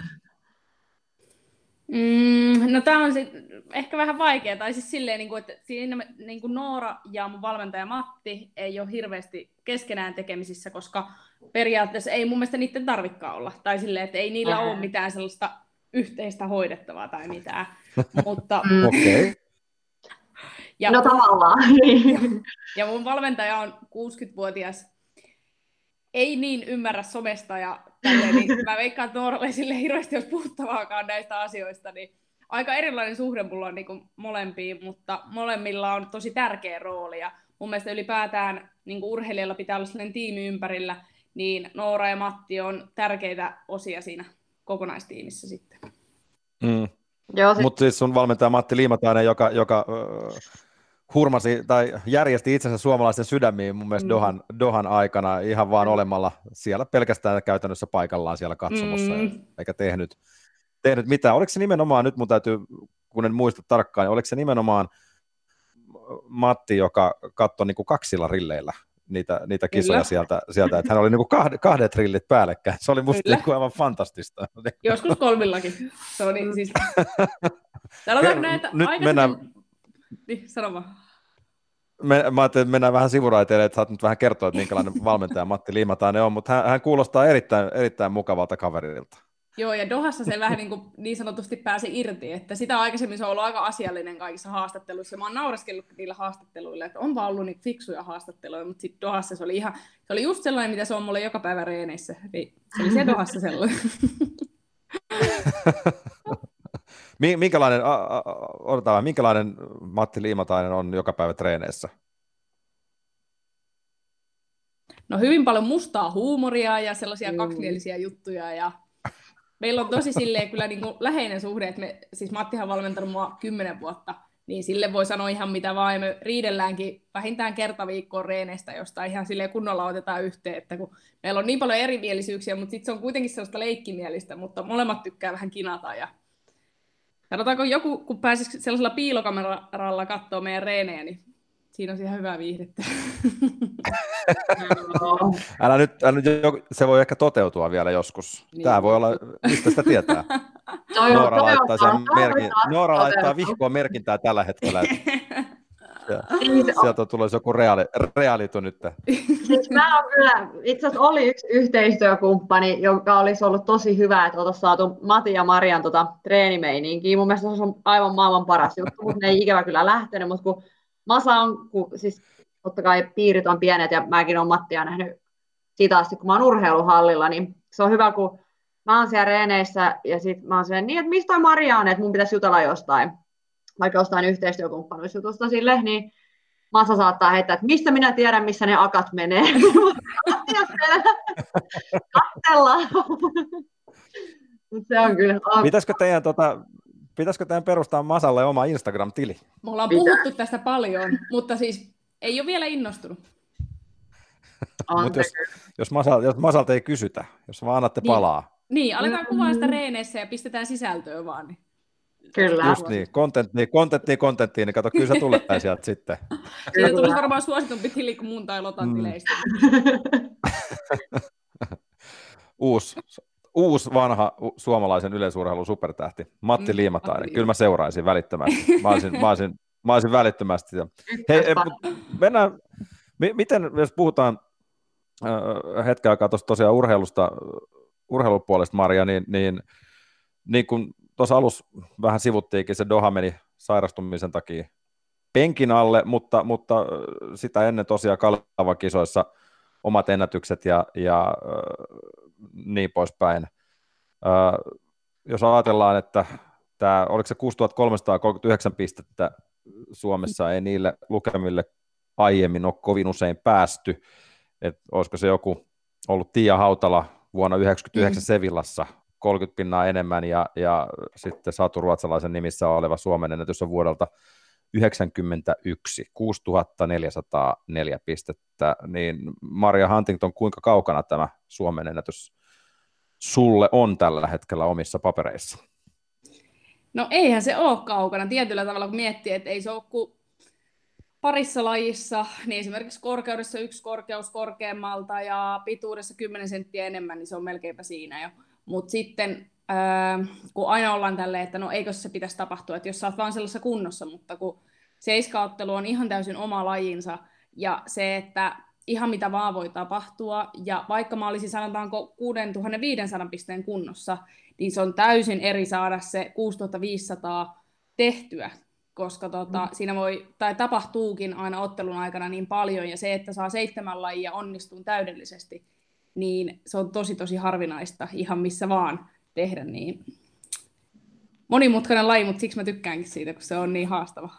D: No tämä on ehkä vähän vaikeaa, tai siis silleen, että siinä Noora ja mun valmentaja Matti ei ole hirveästi keskenään tekemisissä, koska periaatteessa ei mun mielestä niiden tarvikaan olla, tai silleen, että ei niillä ole mitään sellaista yhteistä hoidettavaa tai mitään, mutta...
B: Okay.
E: No tavallaan.
D: Ja mun valmentaja on 60-vuotias, ei niin ymmärrä somesta ja tälleen, niin mä veikkaan, että Nooralle ei sille hirveästi olisi puhuttavaakaan näistä asioista, niin aika erilainen suhde mulla on niin kuin molempiin, mutta molemmilla on tosi tärkeä rooli, ja mun mielestä ylipäätään niin kuin urheilijalla pitää olla sellainen tiimi ympärillä, niin Noora ja Matti on tärkeitä osia siinä kokonaistiimissä sitten.
B: Mutta siis sun valmentaja Matti Liimatainen, joka hurmasi tai järjesti itsensä suomalaisten sydämiin mun mielestä Dohan aikana ihan vaan olemalla siellä pelkästään käytännössä paikallaan siellä katsomossa, eikä tehnyt mitään. Oliko se nimenomaan, nyt mun täytyy, kun en muista tarkkaan, niin oliko se nimenomaan Matti, joka katsoi niin kuin kaksilla rilleillä niitä kisoja sieltä, että hän oli niin kuin kahdet rillit päällekkäin. Se oli musta niin kuin aivan fantastista.
D: Joskus kolmillakin. Se oli siis... Sanotaanko näitä aikaisemmin... Niin, sano vaan.
B: Mä ajattelin, että mennään vähän sivuraiteille, että saat nyt vähän kertoa, että minkälainen valmentaja Matti Liimatainen on, mutta hän kuulostaa erittäin mukavalta kaverilta.
D: Joo, ja Dohassa se vähän niin sanotusti pääsi irti, että sitä aikaisemmin se on ollut aika asiallinen kaikissa haastatteluissa. Mä oon naureskellut niillä haastatteluilla, että on vaan ollut niitä fiksuja haastatteluja, mutta sitten Dohassa se oli just sellainen, mitä se on mulle joka päivä reeneissä. Niin se oli siellä Dohassa sellainen.
B: Minkälainen Matti Liimatainen on joka päivä treeneissä?
D: No hyvin paljon mustaa huumoria ja sellaisia kaksimielisiä juttuja, ja meillä on tosi silleen kyllä niin kuin läheinen suhde, että siis Mattihan on valmentanut mua 10 vuotta, niin sille voi sanoa ihan mitä vaan, ja me riidelläänkin vähintään kerta viikkoon reeneistä, josta ihan silleen kunnolla otetaan yhteen, että kun meillä on niin paljon erimielisyyksiä, mutta sitten se on kuitenkin sellaista leikkimielistä, mutta molemmat tykkää vähän kinata, ja sanotaanko joku, kun pääsisi sellaisella piilokameralla katsoa meidän reenejä, niin siinä on ihan hyvää viihdettä.
B: Älä nyt, se voi ehkä toteutua vielä joskus. Niin. Tämä voi olla, mistä sitä tietää. Noora laittaa
E: toteutuu.
B: vihkoon merkintää tällä hetkellä.
E: Niin se
B: Sieltä on tullut joku reaalito nyt.
E: Siis mä oon kyllä, itse asiassa oli yksi yhteistyökumppani, joka olisi ollut tosi hyvä, että oltaisiin saatu Matin ja Marian treenimeininkiä. Mun mielestä se on aivan maailman paras juttu, mutta ne ei ikävä kyllä lähtenyt. Mutta kun Masa on, siis totta kai piirit on pienet ja mäkin olen Mattia nähnyt siitä asti, kun mä oon urheiluhallilla, niin se on hyvä, kun mä oon siellä reeneissä ja sit mä oon sen niin, että mistä toi Maria on, että mun pitäisi jutella jostain, vaikka jostain yhteistyökumppanuusjutusta sille, niin Masa saattaa heittää, että mistä minä tiedän, missä ne akat menee. Katsellaan. Se on kyllä.
B: Pitäisikö teidän perustaa Masalle oma Instagram-tili?
D: Me ollaan puhuttu tästä paljon, mutta siis ei ole vielä innostunut.
B: Mutta jos Masalta ei kysytä, jos vaan annatte palaa.
D: Niin, aletaan kuvaa sitä reeneissä ja pistetään sisältöä vaan. Niin.
E: Kyllä.
B: Just niin, kontenttiin, niin kato, kyllä se tulee sieltä sitten.
D: Siitä tulisi varmaan suositumpi tili kuin mun tai Lotan tileistä.
B: Uusi vanha suomalaisen yleisurheilun supertähti, Matti Liimatainen. Kyllä mä seuraisin välittömästi. Mä olisin välittömästi. Hei, mennään, miten, jos puhutaan hetken aikaa tosiaan urheilupuolesta, Maria, niin kun tuossa alussa vähän sivuttiinkin, se Doha meni sairastumisen takia penkin alle, mutta sitä ennen tosiaan Kalevan kisoissa omat ennätykset ja niin poispäin. Jos ajatellaan, että oliko se 6339 pistettä Suomessa, ei niille lukemille aiemmin ole kovin usein päästy, että olisiko se joku ollut Tiia Hautala vuonna 1999 Sevillassa 30 pinnaa enemmän ja sitten Satu Ruotsalaisen nimissä oleva Suomen ennätys on vuodelta 1991, 6404 pistettä, niin Maria Huntington, kuinka kaukana tämä Suomen ennätys sulle on tällä hetkellä omissa papereissa?
D: No eihän se ole kaukana tietyllä tavalla, kun miettii, että ei se ole kuin parissa lajissa, niin esimerkiksi korkeudessa yksi korkeus korkeammalta ja pituudessa 10 senttiä enemmän, niin se on melkeinpä siinä jo. Mutta sitten kun aina ollaan tälleen, että no eikö se pitäisi tapahtua, että jos sä oot vaan sellaisessa kunnossa, mutta kun seiskaottelu on ihan täysin oma lajinsa ja se, että ihan mitä vaan voi tapahtua ja vaikka mä olisin sanotaanko 6500 pisteen kunnossa, niin se on täysin eri saada se 6500 tehtyä, koska siinä tapahtuukin aina ottelun aikana niin paljon ja se, että saa 7 lajia onnistuu täydellisesti, niin se on tosi harvinaista ihan missä vaan tehdä, niin monimutkainen laji, mutta siksi mä tykkäänkin siitä, kun se on niin haastava.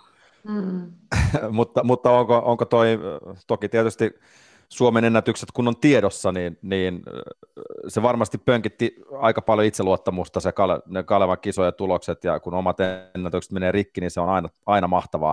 B: mutta onko toi, toki tietysti Suomen ennätykset kun on tiedossa, niin se varmasti pönkitti aika paljon itseluottamusta ne Kalevan kisojen tulokset, ja kun omat ennätykset menee rikki, niin se on aina mahtavaa.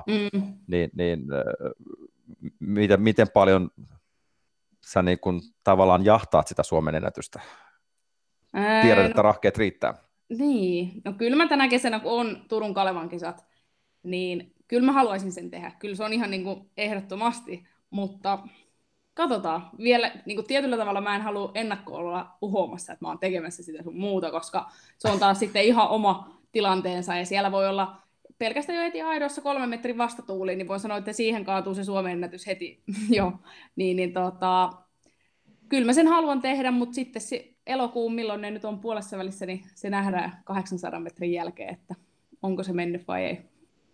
B: Miten paljon sä niin kun tavallaan jahtaat sitä Suomen ennätystä? Tiedät, että rahkeet riittää.
D: Niin, no kyllä mä tänä kesänä, kun on Turun Kalevan kisat, niin kyllä mä haluaisin sen tehdä. Kyllä se on ihan niin kuin ehdottomasti, mutta katsotaan. Vielä niin kuin tietyllä tavalla mä en halua ennakkoon olla uhoamassa, että mä oon tekemässä sitä sun muuta, koska se on taas sitten ihan oma tilanteensa, ja siellä voi olla pelkästään jo heti aidossa 3 metrin vastatuuli, niin voin sanoa, että siihen kaatuu se Suomen ennätys heti jo. Kyllä mä sen haluan tehdä, mutta sitten elokuun, milloin ne nyt on puolessa välissä, niin se nähdään 800 metrin jälkeen, että onko se mennyt vai ei.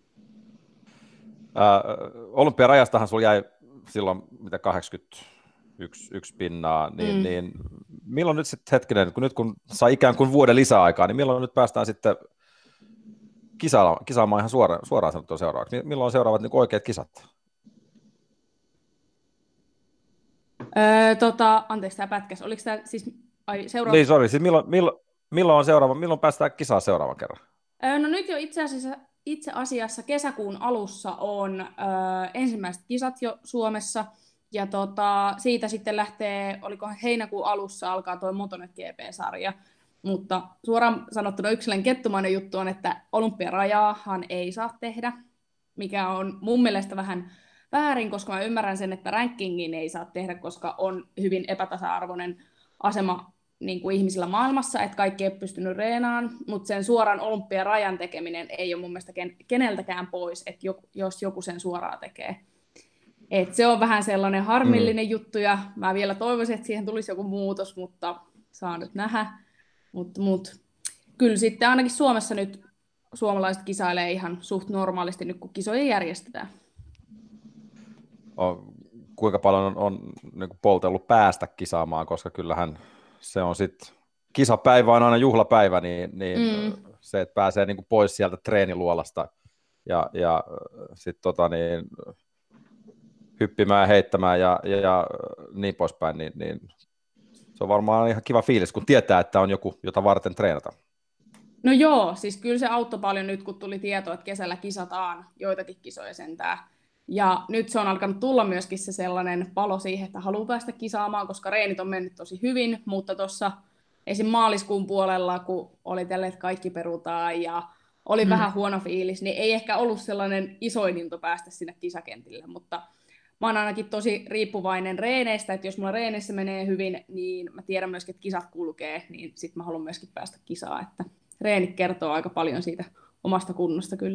B: Olympiarajastahan sulla jäi silloin mitä 81 pinnaa, niin milloin nyt sitten hetkinen, kun saa ikään kuin vuoden lisäaikaa, niin milloin nyt päästään sitten kisaamaan ihan suoraan sanottua seuraavaksi? Milloin on seuraavat niin oikeat kisat?
D: Anteeksi, tämä pätkäs. Oliko tämä siis seuraava?
B: Niin, sori. Siis milloin päästään kisaa seuraavan kerran?
D: No nyt jo itse asiassa kesäkuun alussa on ensimmäiset kisat jo Suomessa, ja siitä sitten lähtee, oliko heinäkuun alussa alkaa tuo Motonet GP-sarja, mutta suoraan sanottuna yksilön kettumainen juttu on, että olympiarajaahan ei saa tehdä, mikä on mun mielestä vähän väärin, koska mä ymmärrän sen, että rankingin ei saa tehdä, koska on hyvin epätasa-arvoinen asema niin kuin ihmisillä maailmassa, että kaikki ei ole pystynyt reenaan, mutta sen suoran olympiarajan tekeminen ei ole mun mielestä keneltäkään pois, että jos joku sen suoraan tekee. Et se on vähän sellainen harmillinen juttu, ja mä vielä toivoisin, että siihen tulisi joku muutos, mutta saa nyt nähdä. Mut kyllä sitten ainakin Suomessa nyt suomalaiset kisailee ihan suht normaalisti nyt, kun kisoja järjestetään.
B: Kuinka paljon on niin kuin poltellut päästä kisaamaan, koska kyllähän se on sitten, kisapäivä on aina juhlapäivä, niin se, että pääsee niin kuin pois sieltä treeniluolasta ja sitten hyppimään, heittämään ja niin poispäin, niin se on varmaan ihan kiva fiilis, kun tietää, että on joku, jota varten treenata.
D: No joo, siis kyllä se auttoi paljon nyt, kun tuli tieto, että kesällä kisataan joitakin kisoja sentään. Ja nyt se on alkanut tulla myöskin se sellainen palo siihen, että haluaa päästä kisaamaan, koska reenit on mennyt tosi hyvin, mutta tuossa esim. Maaliskuun puolella, kun oli tälle, että kaikki perutaan ja oli vähän huono fiilis, niin ei ehkä ollut sellainen isoin into päästä sinne kisakentille, mutta mä oon ainakin tosi riippuvainen reeneistä, että jos mulla reeneissä menee hyvin, niin mä tiedän myöskin, että kisat kulkee, niin sit mä haluan myöskin päästä kisaan, että reenit kertoo aika paljon siitä omasta kunnosta kyllä.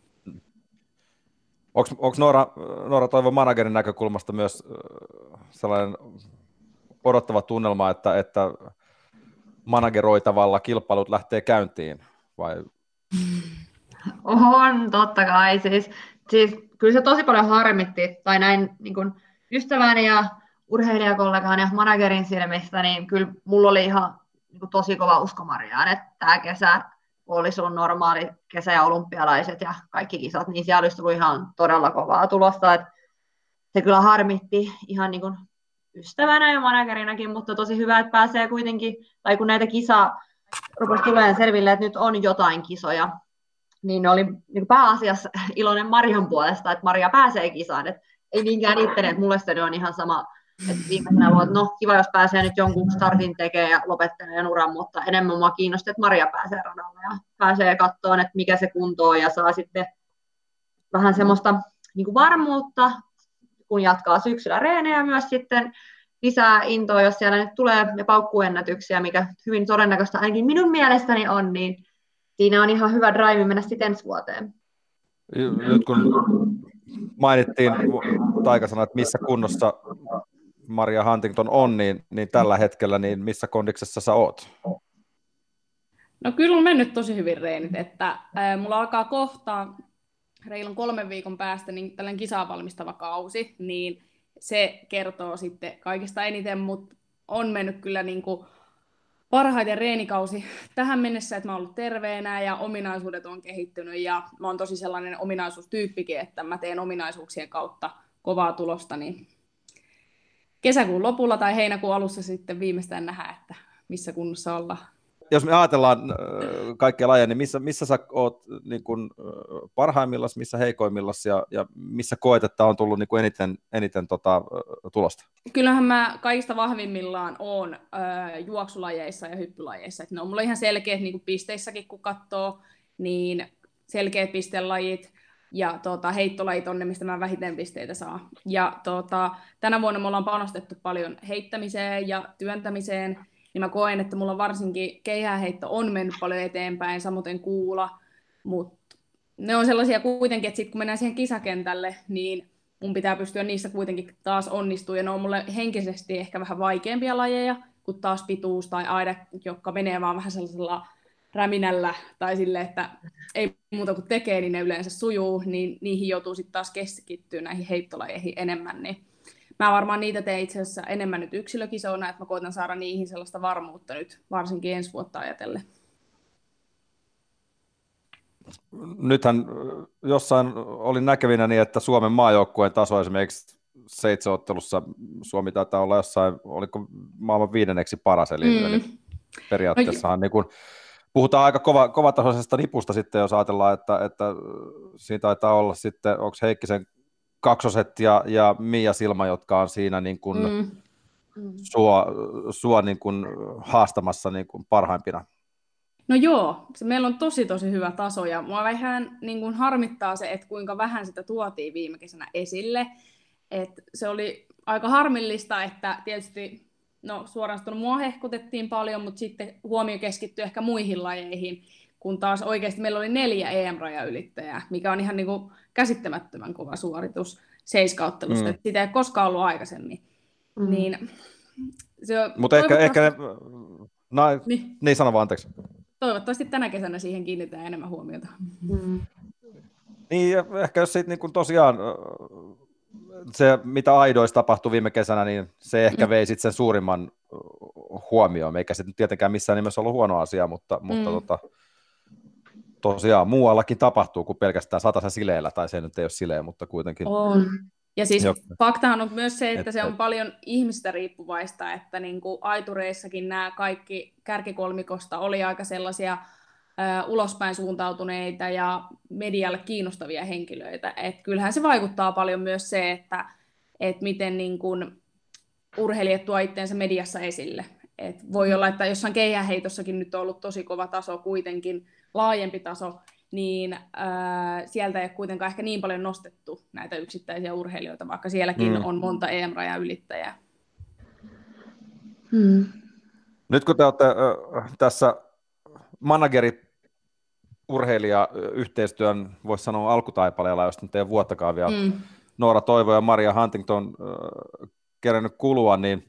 B: Onko Noora Toivon managerin näkökulmasta myös sellainen odottava tunnelma, että manageroitavalla kilpailut lähtee käyntiin? Vai?
E: On, totta kai. Siis kyllä se tosi paljon harmitti, tai näin niin kuin ystäväni ja urheilijakollegaan ja managerin silmistä, niin kyllä mulla oli ihan niin kuin tosi kova usko Mariaan, että tämä kesä olisi ollut normaali kesä ja olympialaiset ja kaikki kisat, niin siellä olisi tullut ihan todella kovaa tulosta. Että se kyllä harmitti ihan niin kuin ystävänä ja managerinakin, mutta tosi hyvä, että pääsee kuitenkin, tai kun näitä kisaa rupesi tulemaan selville, että nyt on jotain kisoja, niin oli niin pääasiassa iloinen Marian puolesta, että Maria pääsee kisaan. Että ei niinkään itseni, että mulle se on ihan sama, että viimeisenä vuonna, no kiva, jos pääsee nyt jonkun startin tekemään ja lopettelee uran, mutta enemmän mua kiinnostaa, että Maria pääsee radalle ja pääsee katsomaan, että mikä se kunto on ja saa sitten vähän semmoista niin kuin varmuutta, kun jatkaa syksyllä reenejä myös sitten lisää intoa, jos siellä nyt tulee ja paukkuennätyksiä, mikä hyvin todennäköistä ainakin minun mielestäni on, niin siinä on ihan hyvä drive mennä sitten ensi vuoteen.
B: Nyt kun mainittiin taikasana, että missä kunnossa Maria Huntington on, niin tällä hetkellä, niin missä kondiksessa sä oot?
D: No kyllä on mennyt tosi hyvin reenit, että mulla alkaa kohta reilun 3 viikon päästä niin tällainen kisaan valmistava kausi, niin se kertoo sitten kaikista eniten, mutta on mennyt kyllä niin kuin parhaiten reenikausi tähän mennessä, että mä oon ollut terveenä ja ominaisuudet on kehittynyt ja mä oon tosi sellainen ominaisuustyyppikin, että mä teen ominaisuuksien kautta kovaa tulosta, niin kesäkuun lopulla tai heinäkuun alussa sitten viimeistään nähdään, että missä kunnossa ollaan.
B: Jos me ajatellaan kaikkia lajeja, niin missä sä oot niin kuin parhaimmillaan, missä heikoimmillaan ja missä koet, että on tullut niin kuin eniten tulosta?
D: Kyllähän mä kaikista vahvimmillaan oon juoksulajeissa ja hyppylajeissa. Et ne on mulla ihan selkeät niin kuin pisteissäkin, kun katsoo, niin selkeät pistelajit ja heittolajit on ne, mistä mä vähiten pisteitä saa. Ja tänä vuonna me ollaan panostettu paljon heittämiseen ja työntämiseen, niin mä koen, että mulla varsinkin keihääheitto on mennyt paljon eteenpäin, samoin kuula, mutta ne on sellaisia kuitenkin, että sit kun mennään siihen kisakentälle, niin mun pitää pystyä niissä kuitenkin taas onnistumaan, ja ne on mulle henkisesti ehkä vähän vaikeampia lajeja, kuin taas pituus tai aida, jotka menee vaan vähän sellaisella räminällä, tai sille, että ei muuta kuin tekee, niin ne yleensä sujuu, niin niihin joutuu sitten taas keskittyä näihin heittolajeihin enemmän, niin mä varmaan niitä teen itse asiassa enemmän nyt yksilökisoina, että mä koitan saada niihin sellaista varmuutta nyt, varsinkin ensi vuotta ajatellen. Nythän
B: jossain oli näkevinä niin, että Suomen maajoukkueen taso esimerkiksi seitseottelussa Suomi taitaa olla jossain, oliko maailman 5. paras, eli periaatteessahan niin kuin, puhutaan aika kovatasoisesta nipusta sitten, jos ajatellaan, että siinä taitaa olla sitten, onko Heikkisen kaksoset ja Mia Silma, jotka on siinä niin kuin sua niin kuin haastamassa niin kuin parhaimpina.
D: No joo, meillä on tosi hyvä taso ja mua vähän niin kuin harmittaa se, että kuinka vähän sitä tuotiin viime kesänä esille. Et se oli aika harmillista, että tietysti no suoraan sanottuna mua hehkutettiin paljon, mutta sitten huomio keskittyi ehkä muihin lajeihin, kun taas oikeasti meillä oli 4 EM-rajaylittäjää, mikä on ihan niin kuin käsittämättömän kova suoritus seiskauttelusta, että sitä ei koskaan ollut aikaisemmin. Niin,
B: mutta ehkä niin sano vaan, anteeksi.
D: Toivottavasti tänä kesänä siihen kiinnitetään enemmän huomiota.
B: Niin, ehkä jos sitten niin tosiaan se, mitä aidoissa tapahtui viime kesänä, niin se ehkä vei sitten sen suurimman huomioon, eikä se nyt tietenkään missään nimessä ollut huono asia, mutta tosiaan muuallakin tapahtuu kuin pelkästään satassa sileellä, tai se nyt ei ole sileä, mutta kuitenkin.
D: On. Ja siis faktahan on myös se, että se on paljon ihmistä riippuvaista, että niin kuin aitureissakin nämä kaikki kärkikolmikosta oli aika sellaisia ulospäin suuntautuneita ja medialle kiinnostavia henkilöitä. Et kyllähän se vaikuttaa paljon myös se, että miten niin kuin urheilijat tuo itseensä mediassa esille. Et voi olla, että jossain keihäänheitossakin nyt on ollut tosi kova taso kuitenkin, laajempi taso, niin sieltä ei ole kuitenkaan ehkä niin paljon nostettu näitä yksittäisiä urheilijoita, vaikka sielläkin on monta EM-rajan ylittäjää.
B: Nyt kun te olette tässä manageri-urheilija-yhteistyön, voisi sanoa alkutaipaleella, jos nyt ei vuottakaan vielä Noora Toivo ja Maria Huntington kerännyt kulua, niin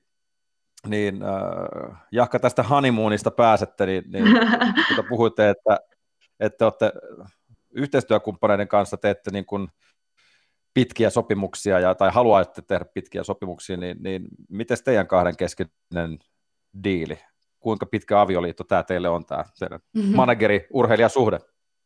B: jahka tästä honeymoonista pääsette, niin kun puhuitte, että olette yhteistyökumppaneiden kanssa teette niin kuin pitkiä sopimuksia tai haluaisitte tehdä pitkiä sopimuksia, niin miten teidän kahden keskinen diili? Kuinka pitkä avioliitto tämä teille on, tämä teidän manageri-urheilijasuhde?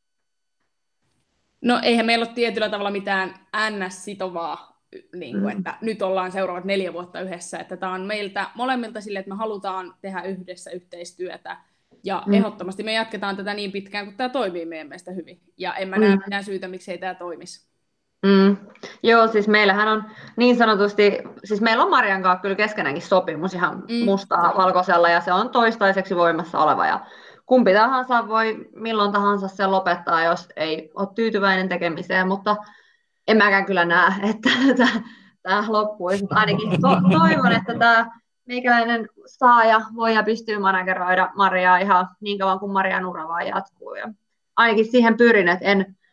D: No eihän meillä ole tietyllä tavalla mitään NS-sitovaa, niin kuin, että nyt ollaan seuraavat 4 vuotta yhdessä. Että tämä on meiltä molemmilta sille, että me halutaan tehdä yhdessä yhteistyötä. Ja ehdottomasti me jatketaan tätä niin pitkään, kun tämä toimii meidän mielestä hyvin. Ja en mä näe mitään syytä, miksei tämä toimisi.
E: Joo, siis meillähän on niin sanotusti, siis meillä on Marian kanssa kyllä keskenäänkin sopimus ihan mustaa valkoisella, ja se on toistaiseksi voimassa oleva, ja kumpi tahansa voi milloin tahansa sen lopettaa, jos ei ole tyytyväinen tekemiseen, mutta en mäkään kyllä näe, että tämä loppuisi. Ainakin toivon, että tämä meikäläinen saa ja voi ja pystyy manageroida Mariaa ihan niin kauan kuin Marian ura vaan jatkuu. Ja ainakin siihen pyrin, että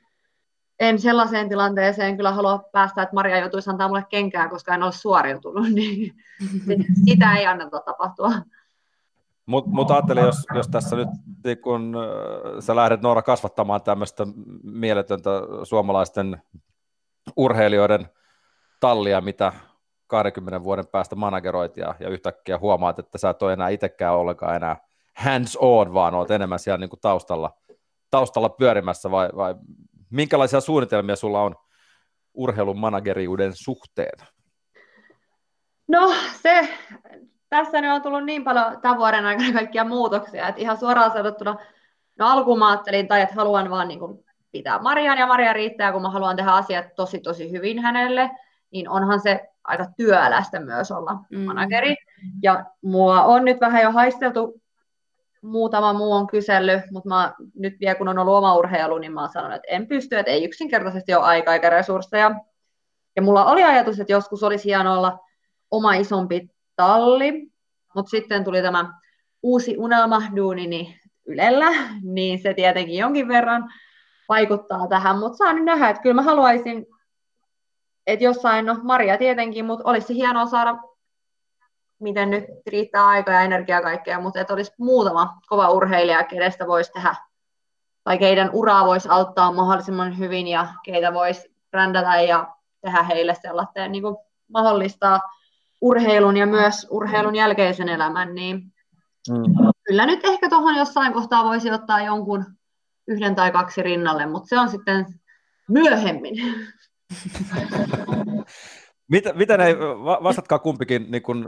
E: en sellaiseen tilanteeseen kyllä halua päästä, että Maria joutuisi antaa mulle kenkää, koska en ole suoriutunut, niin sitä ei anneta tapahtua.
B: Mutta ajattelen, jos tässä nyt, kun sä lähdet Noora kasvattamaan tämmöistä mieletöntä suomalaisten urheilijoiden tallia, mitä 20 vuoden päästä manageroit ja yhtäkkiä huomaat, että sä et ole enää itsekään ollenkaan enää hands on, vaan oot enemmän siellä niin kuin taustalla pyörimässä, vai minkälaisia suunnitelmia sulla on urheilun manageriuden suhteen?
E: No tässä nyt on tullut niin paljon tämän vuoden aikana kaikkia muutoksia, että ihan suoraan sanottuna, no alkuun mä ajattelin, että haluan vaan niin kuin pitää Marian ja Maria riittää, kun mä haluan tehdä asiat tosi tosi hyvin hänelle, niin onhan se aika työlästä myös olla manageri. Ja mua on nyt vähän jo haisteltu, muutama muu on kysellyt, mutta nyt vielä kun on ollut oma urheilu, niin mä oon sanonut, että en pysty, että ei yksinkertaisesti ole aikaa eikä resursseja. Ja mulla oli ajatus, että joskus olisi hienoa olla oma isompi talli, mutta sitten tuli tämä uusi unelmaduunini Ylellä, niin se tietenkin jonkin verran vaikuttaa tähän, mutta saan nyt nähdä, että kyllä mä haluaisin, että jossain, no Maria tietenkin, mutta olisi hienoa saada, miten nyt riittää aikaa ja energiaa kaikkea, mutta että olisi muutama kova urheilija, kenestä voisi tehdä, tai keidän uraa voisi auttaa mahdollisimman hyvin ja keitä voisi brändätä ja tehdä heille sellaisen, niin kuin mahdollistaa urheilun ja myös urheilun jälkeisen elämän, niin kyllä nyt ehkä tuohon jossain kohtaa voisi ottaa jonkun 1 tai 2 rinnalle, mutta se on sitten myöhemmin.
B: Miten vastatkaa kumpikin niin kuin,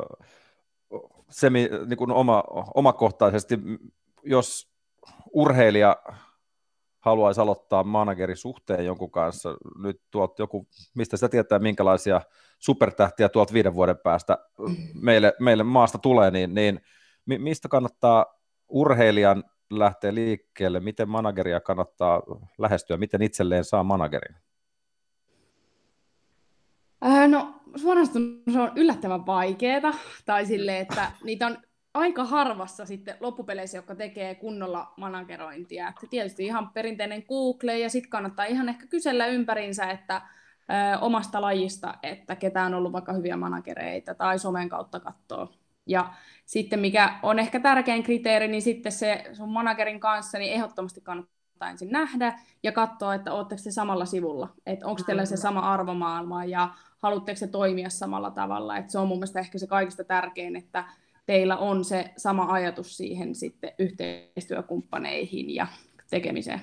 B: niin kuin omakohtaisesti, jos urheilija haluaisi aloittaa managerisuhteen jonkun kanssa, nyt tuolta joku, mistä sitä tietää, minkälaisia supertähtiä tuolta 5 vuoden päästä meille maasta tulee, niin mistä kannattaa urheilijan lähteä liikkeelle, miten manageria kannattaa lähestyä, miten itselleen saa managerin?
D: No suorastaan se on yllättävän vaikeeta, tai silleen, että niitä on aika harvassa sitten loppupeleissä, jotka tekee kunnolla managerointia. Että tietysti ihan perinteinen Google, ja sitten kannattaa ihan ehkä kysellä ympäriinsä, että omasta lajista, että ketä on ollut vaikka hyviä managereita, tai somen kautta katsoa. Ja sitten mikä on ehkä tärkein kriteeri, niin sitten se sun managerin kanssa, niin ehdottomasti kannattaa ensin nähdä ja katsoa, että ootteko te samalla sivulla, että onko teillä se sama arvomaailma ja haluatteko se toimia samalla tavalla. Että se on mun mielestä ehkä se kaikista tärkein, että teillä on se sama ajatus siihen sitten yhteistyökumppaneihin ja tekemiseen.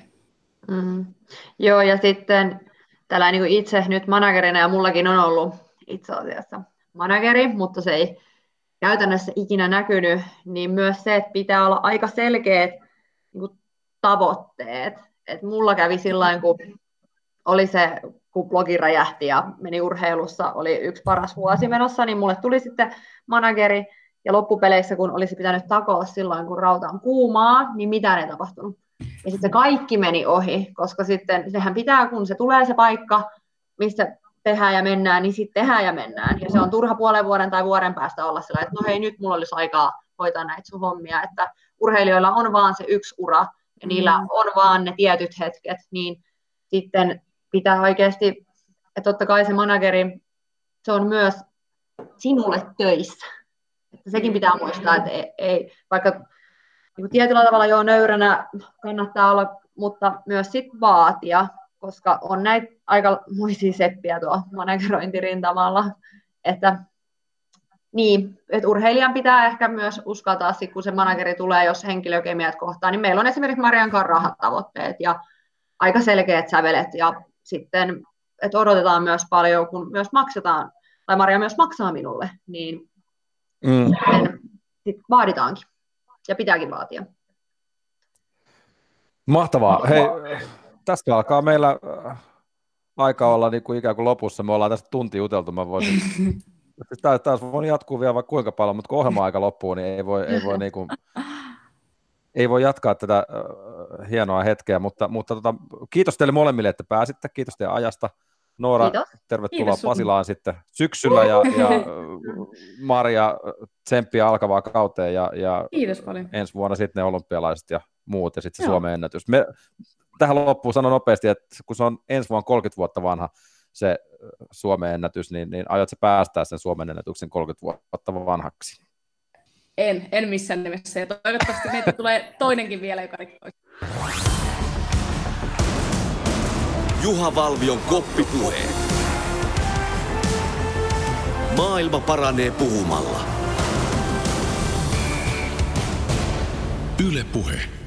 E: Joo, ja sitten tällä niin kuin itse nyt managerina, ja mullakin on ollut itse asiassa manageri, mutta se ei käytännössä ikinä näkynyt, niin myös se, että pitää olla aika selkeät niin kuin tavoitteet. Et mulla kävi sillain, kun oli se, kun blogi räjähti ja meni urheilussa, oli yksi paras vuosi menossa, niin mulle tuli sitten manageri, ja loppupeleissä, kun olisi pitänyt takoa silloin, kun rauta on kuumaa, niin mitään ei tapahtunut. Ja sitten kaikki meni ohi, koska sitten sehän pitää, kun se tulee se paikka, missä tehdään ja mennään, niin sitten tehdään ja mennään. Ja se on turha puolen vuoden tai vuoden päästä olla sillä, että no hei, nyt mulla olisi aikaa hoitaa näitä sun hommia, että urheilijoilla on vaan se yksi ura, ja niillä on vaan ne tietyt hetket, niin sitten pitää oikeasti, että totta kai se manageri, se on myös sinulle töissä. Että sekin pitää muistaa, että ei vaikka niin tietyllä tavalla jo nöyränä kannattaa olla, mutta myös sit vaatia, koska on näitä aikamoisia seppiä tuo managerointirintamalla, että niin, että urheilijan pitää ehkä myös uskaltaa, kun se manageri tulee, jos henkilökemiat kohtaa, niin meillä on esimerkiksi Marian kanssa rahatavoitteet ja aika selkeät sävelet, ja sitten, että odotetaan myös paljon, kun myös maksetaan, tai Maria myös maksaa minulle, niin sitten vaaditaankin, ja pitääkin vaatia.
B: Mahtavaa. Hei, tästä alkaa meillä aika olla niin kuin ikään kuin lopussa. Me ollaan tästä tunti juteltu. Mä voisin, tämä olisi voinut jatkuu vielä vaikka kuinka paljon, mutta kun ohjelma-aika loppuu, niin ei voi jatkaa tätä hienoa hetkeä. Mutta kiitos teille molemmille, että pääsitte. Kiitos teidän ajasta. Noora, kiitos. Tervetuloa kiitos Pasilaan sitten syksyllä, ja Maria, tsemppiä alkavaa kauteen, ja
D: kiitos paljon.
B: Ensi vuonna sitten ne olympialaiset ja muut, ja sitten se Suomen ennätys. Tähän loppuun sanon nopeasti, että kun se on ensi vuonna 30 vuotta vanha se Suomen ennätys, niin aiotko päästää sen Suomen ennätyksen 30 vuotta vanhaksi?
D: En missään nimessä, ja toivottavasti meitä tulee toinenkin vielä, joka rikkoo.
C: Juha Valvion koppipuheet. Maailma paranee puhumalla.
A: Yle Puhe.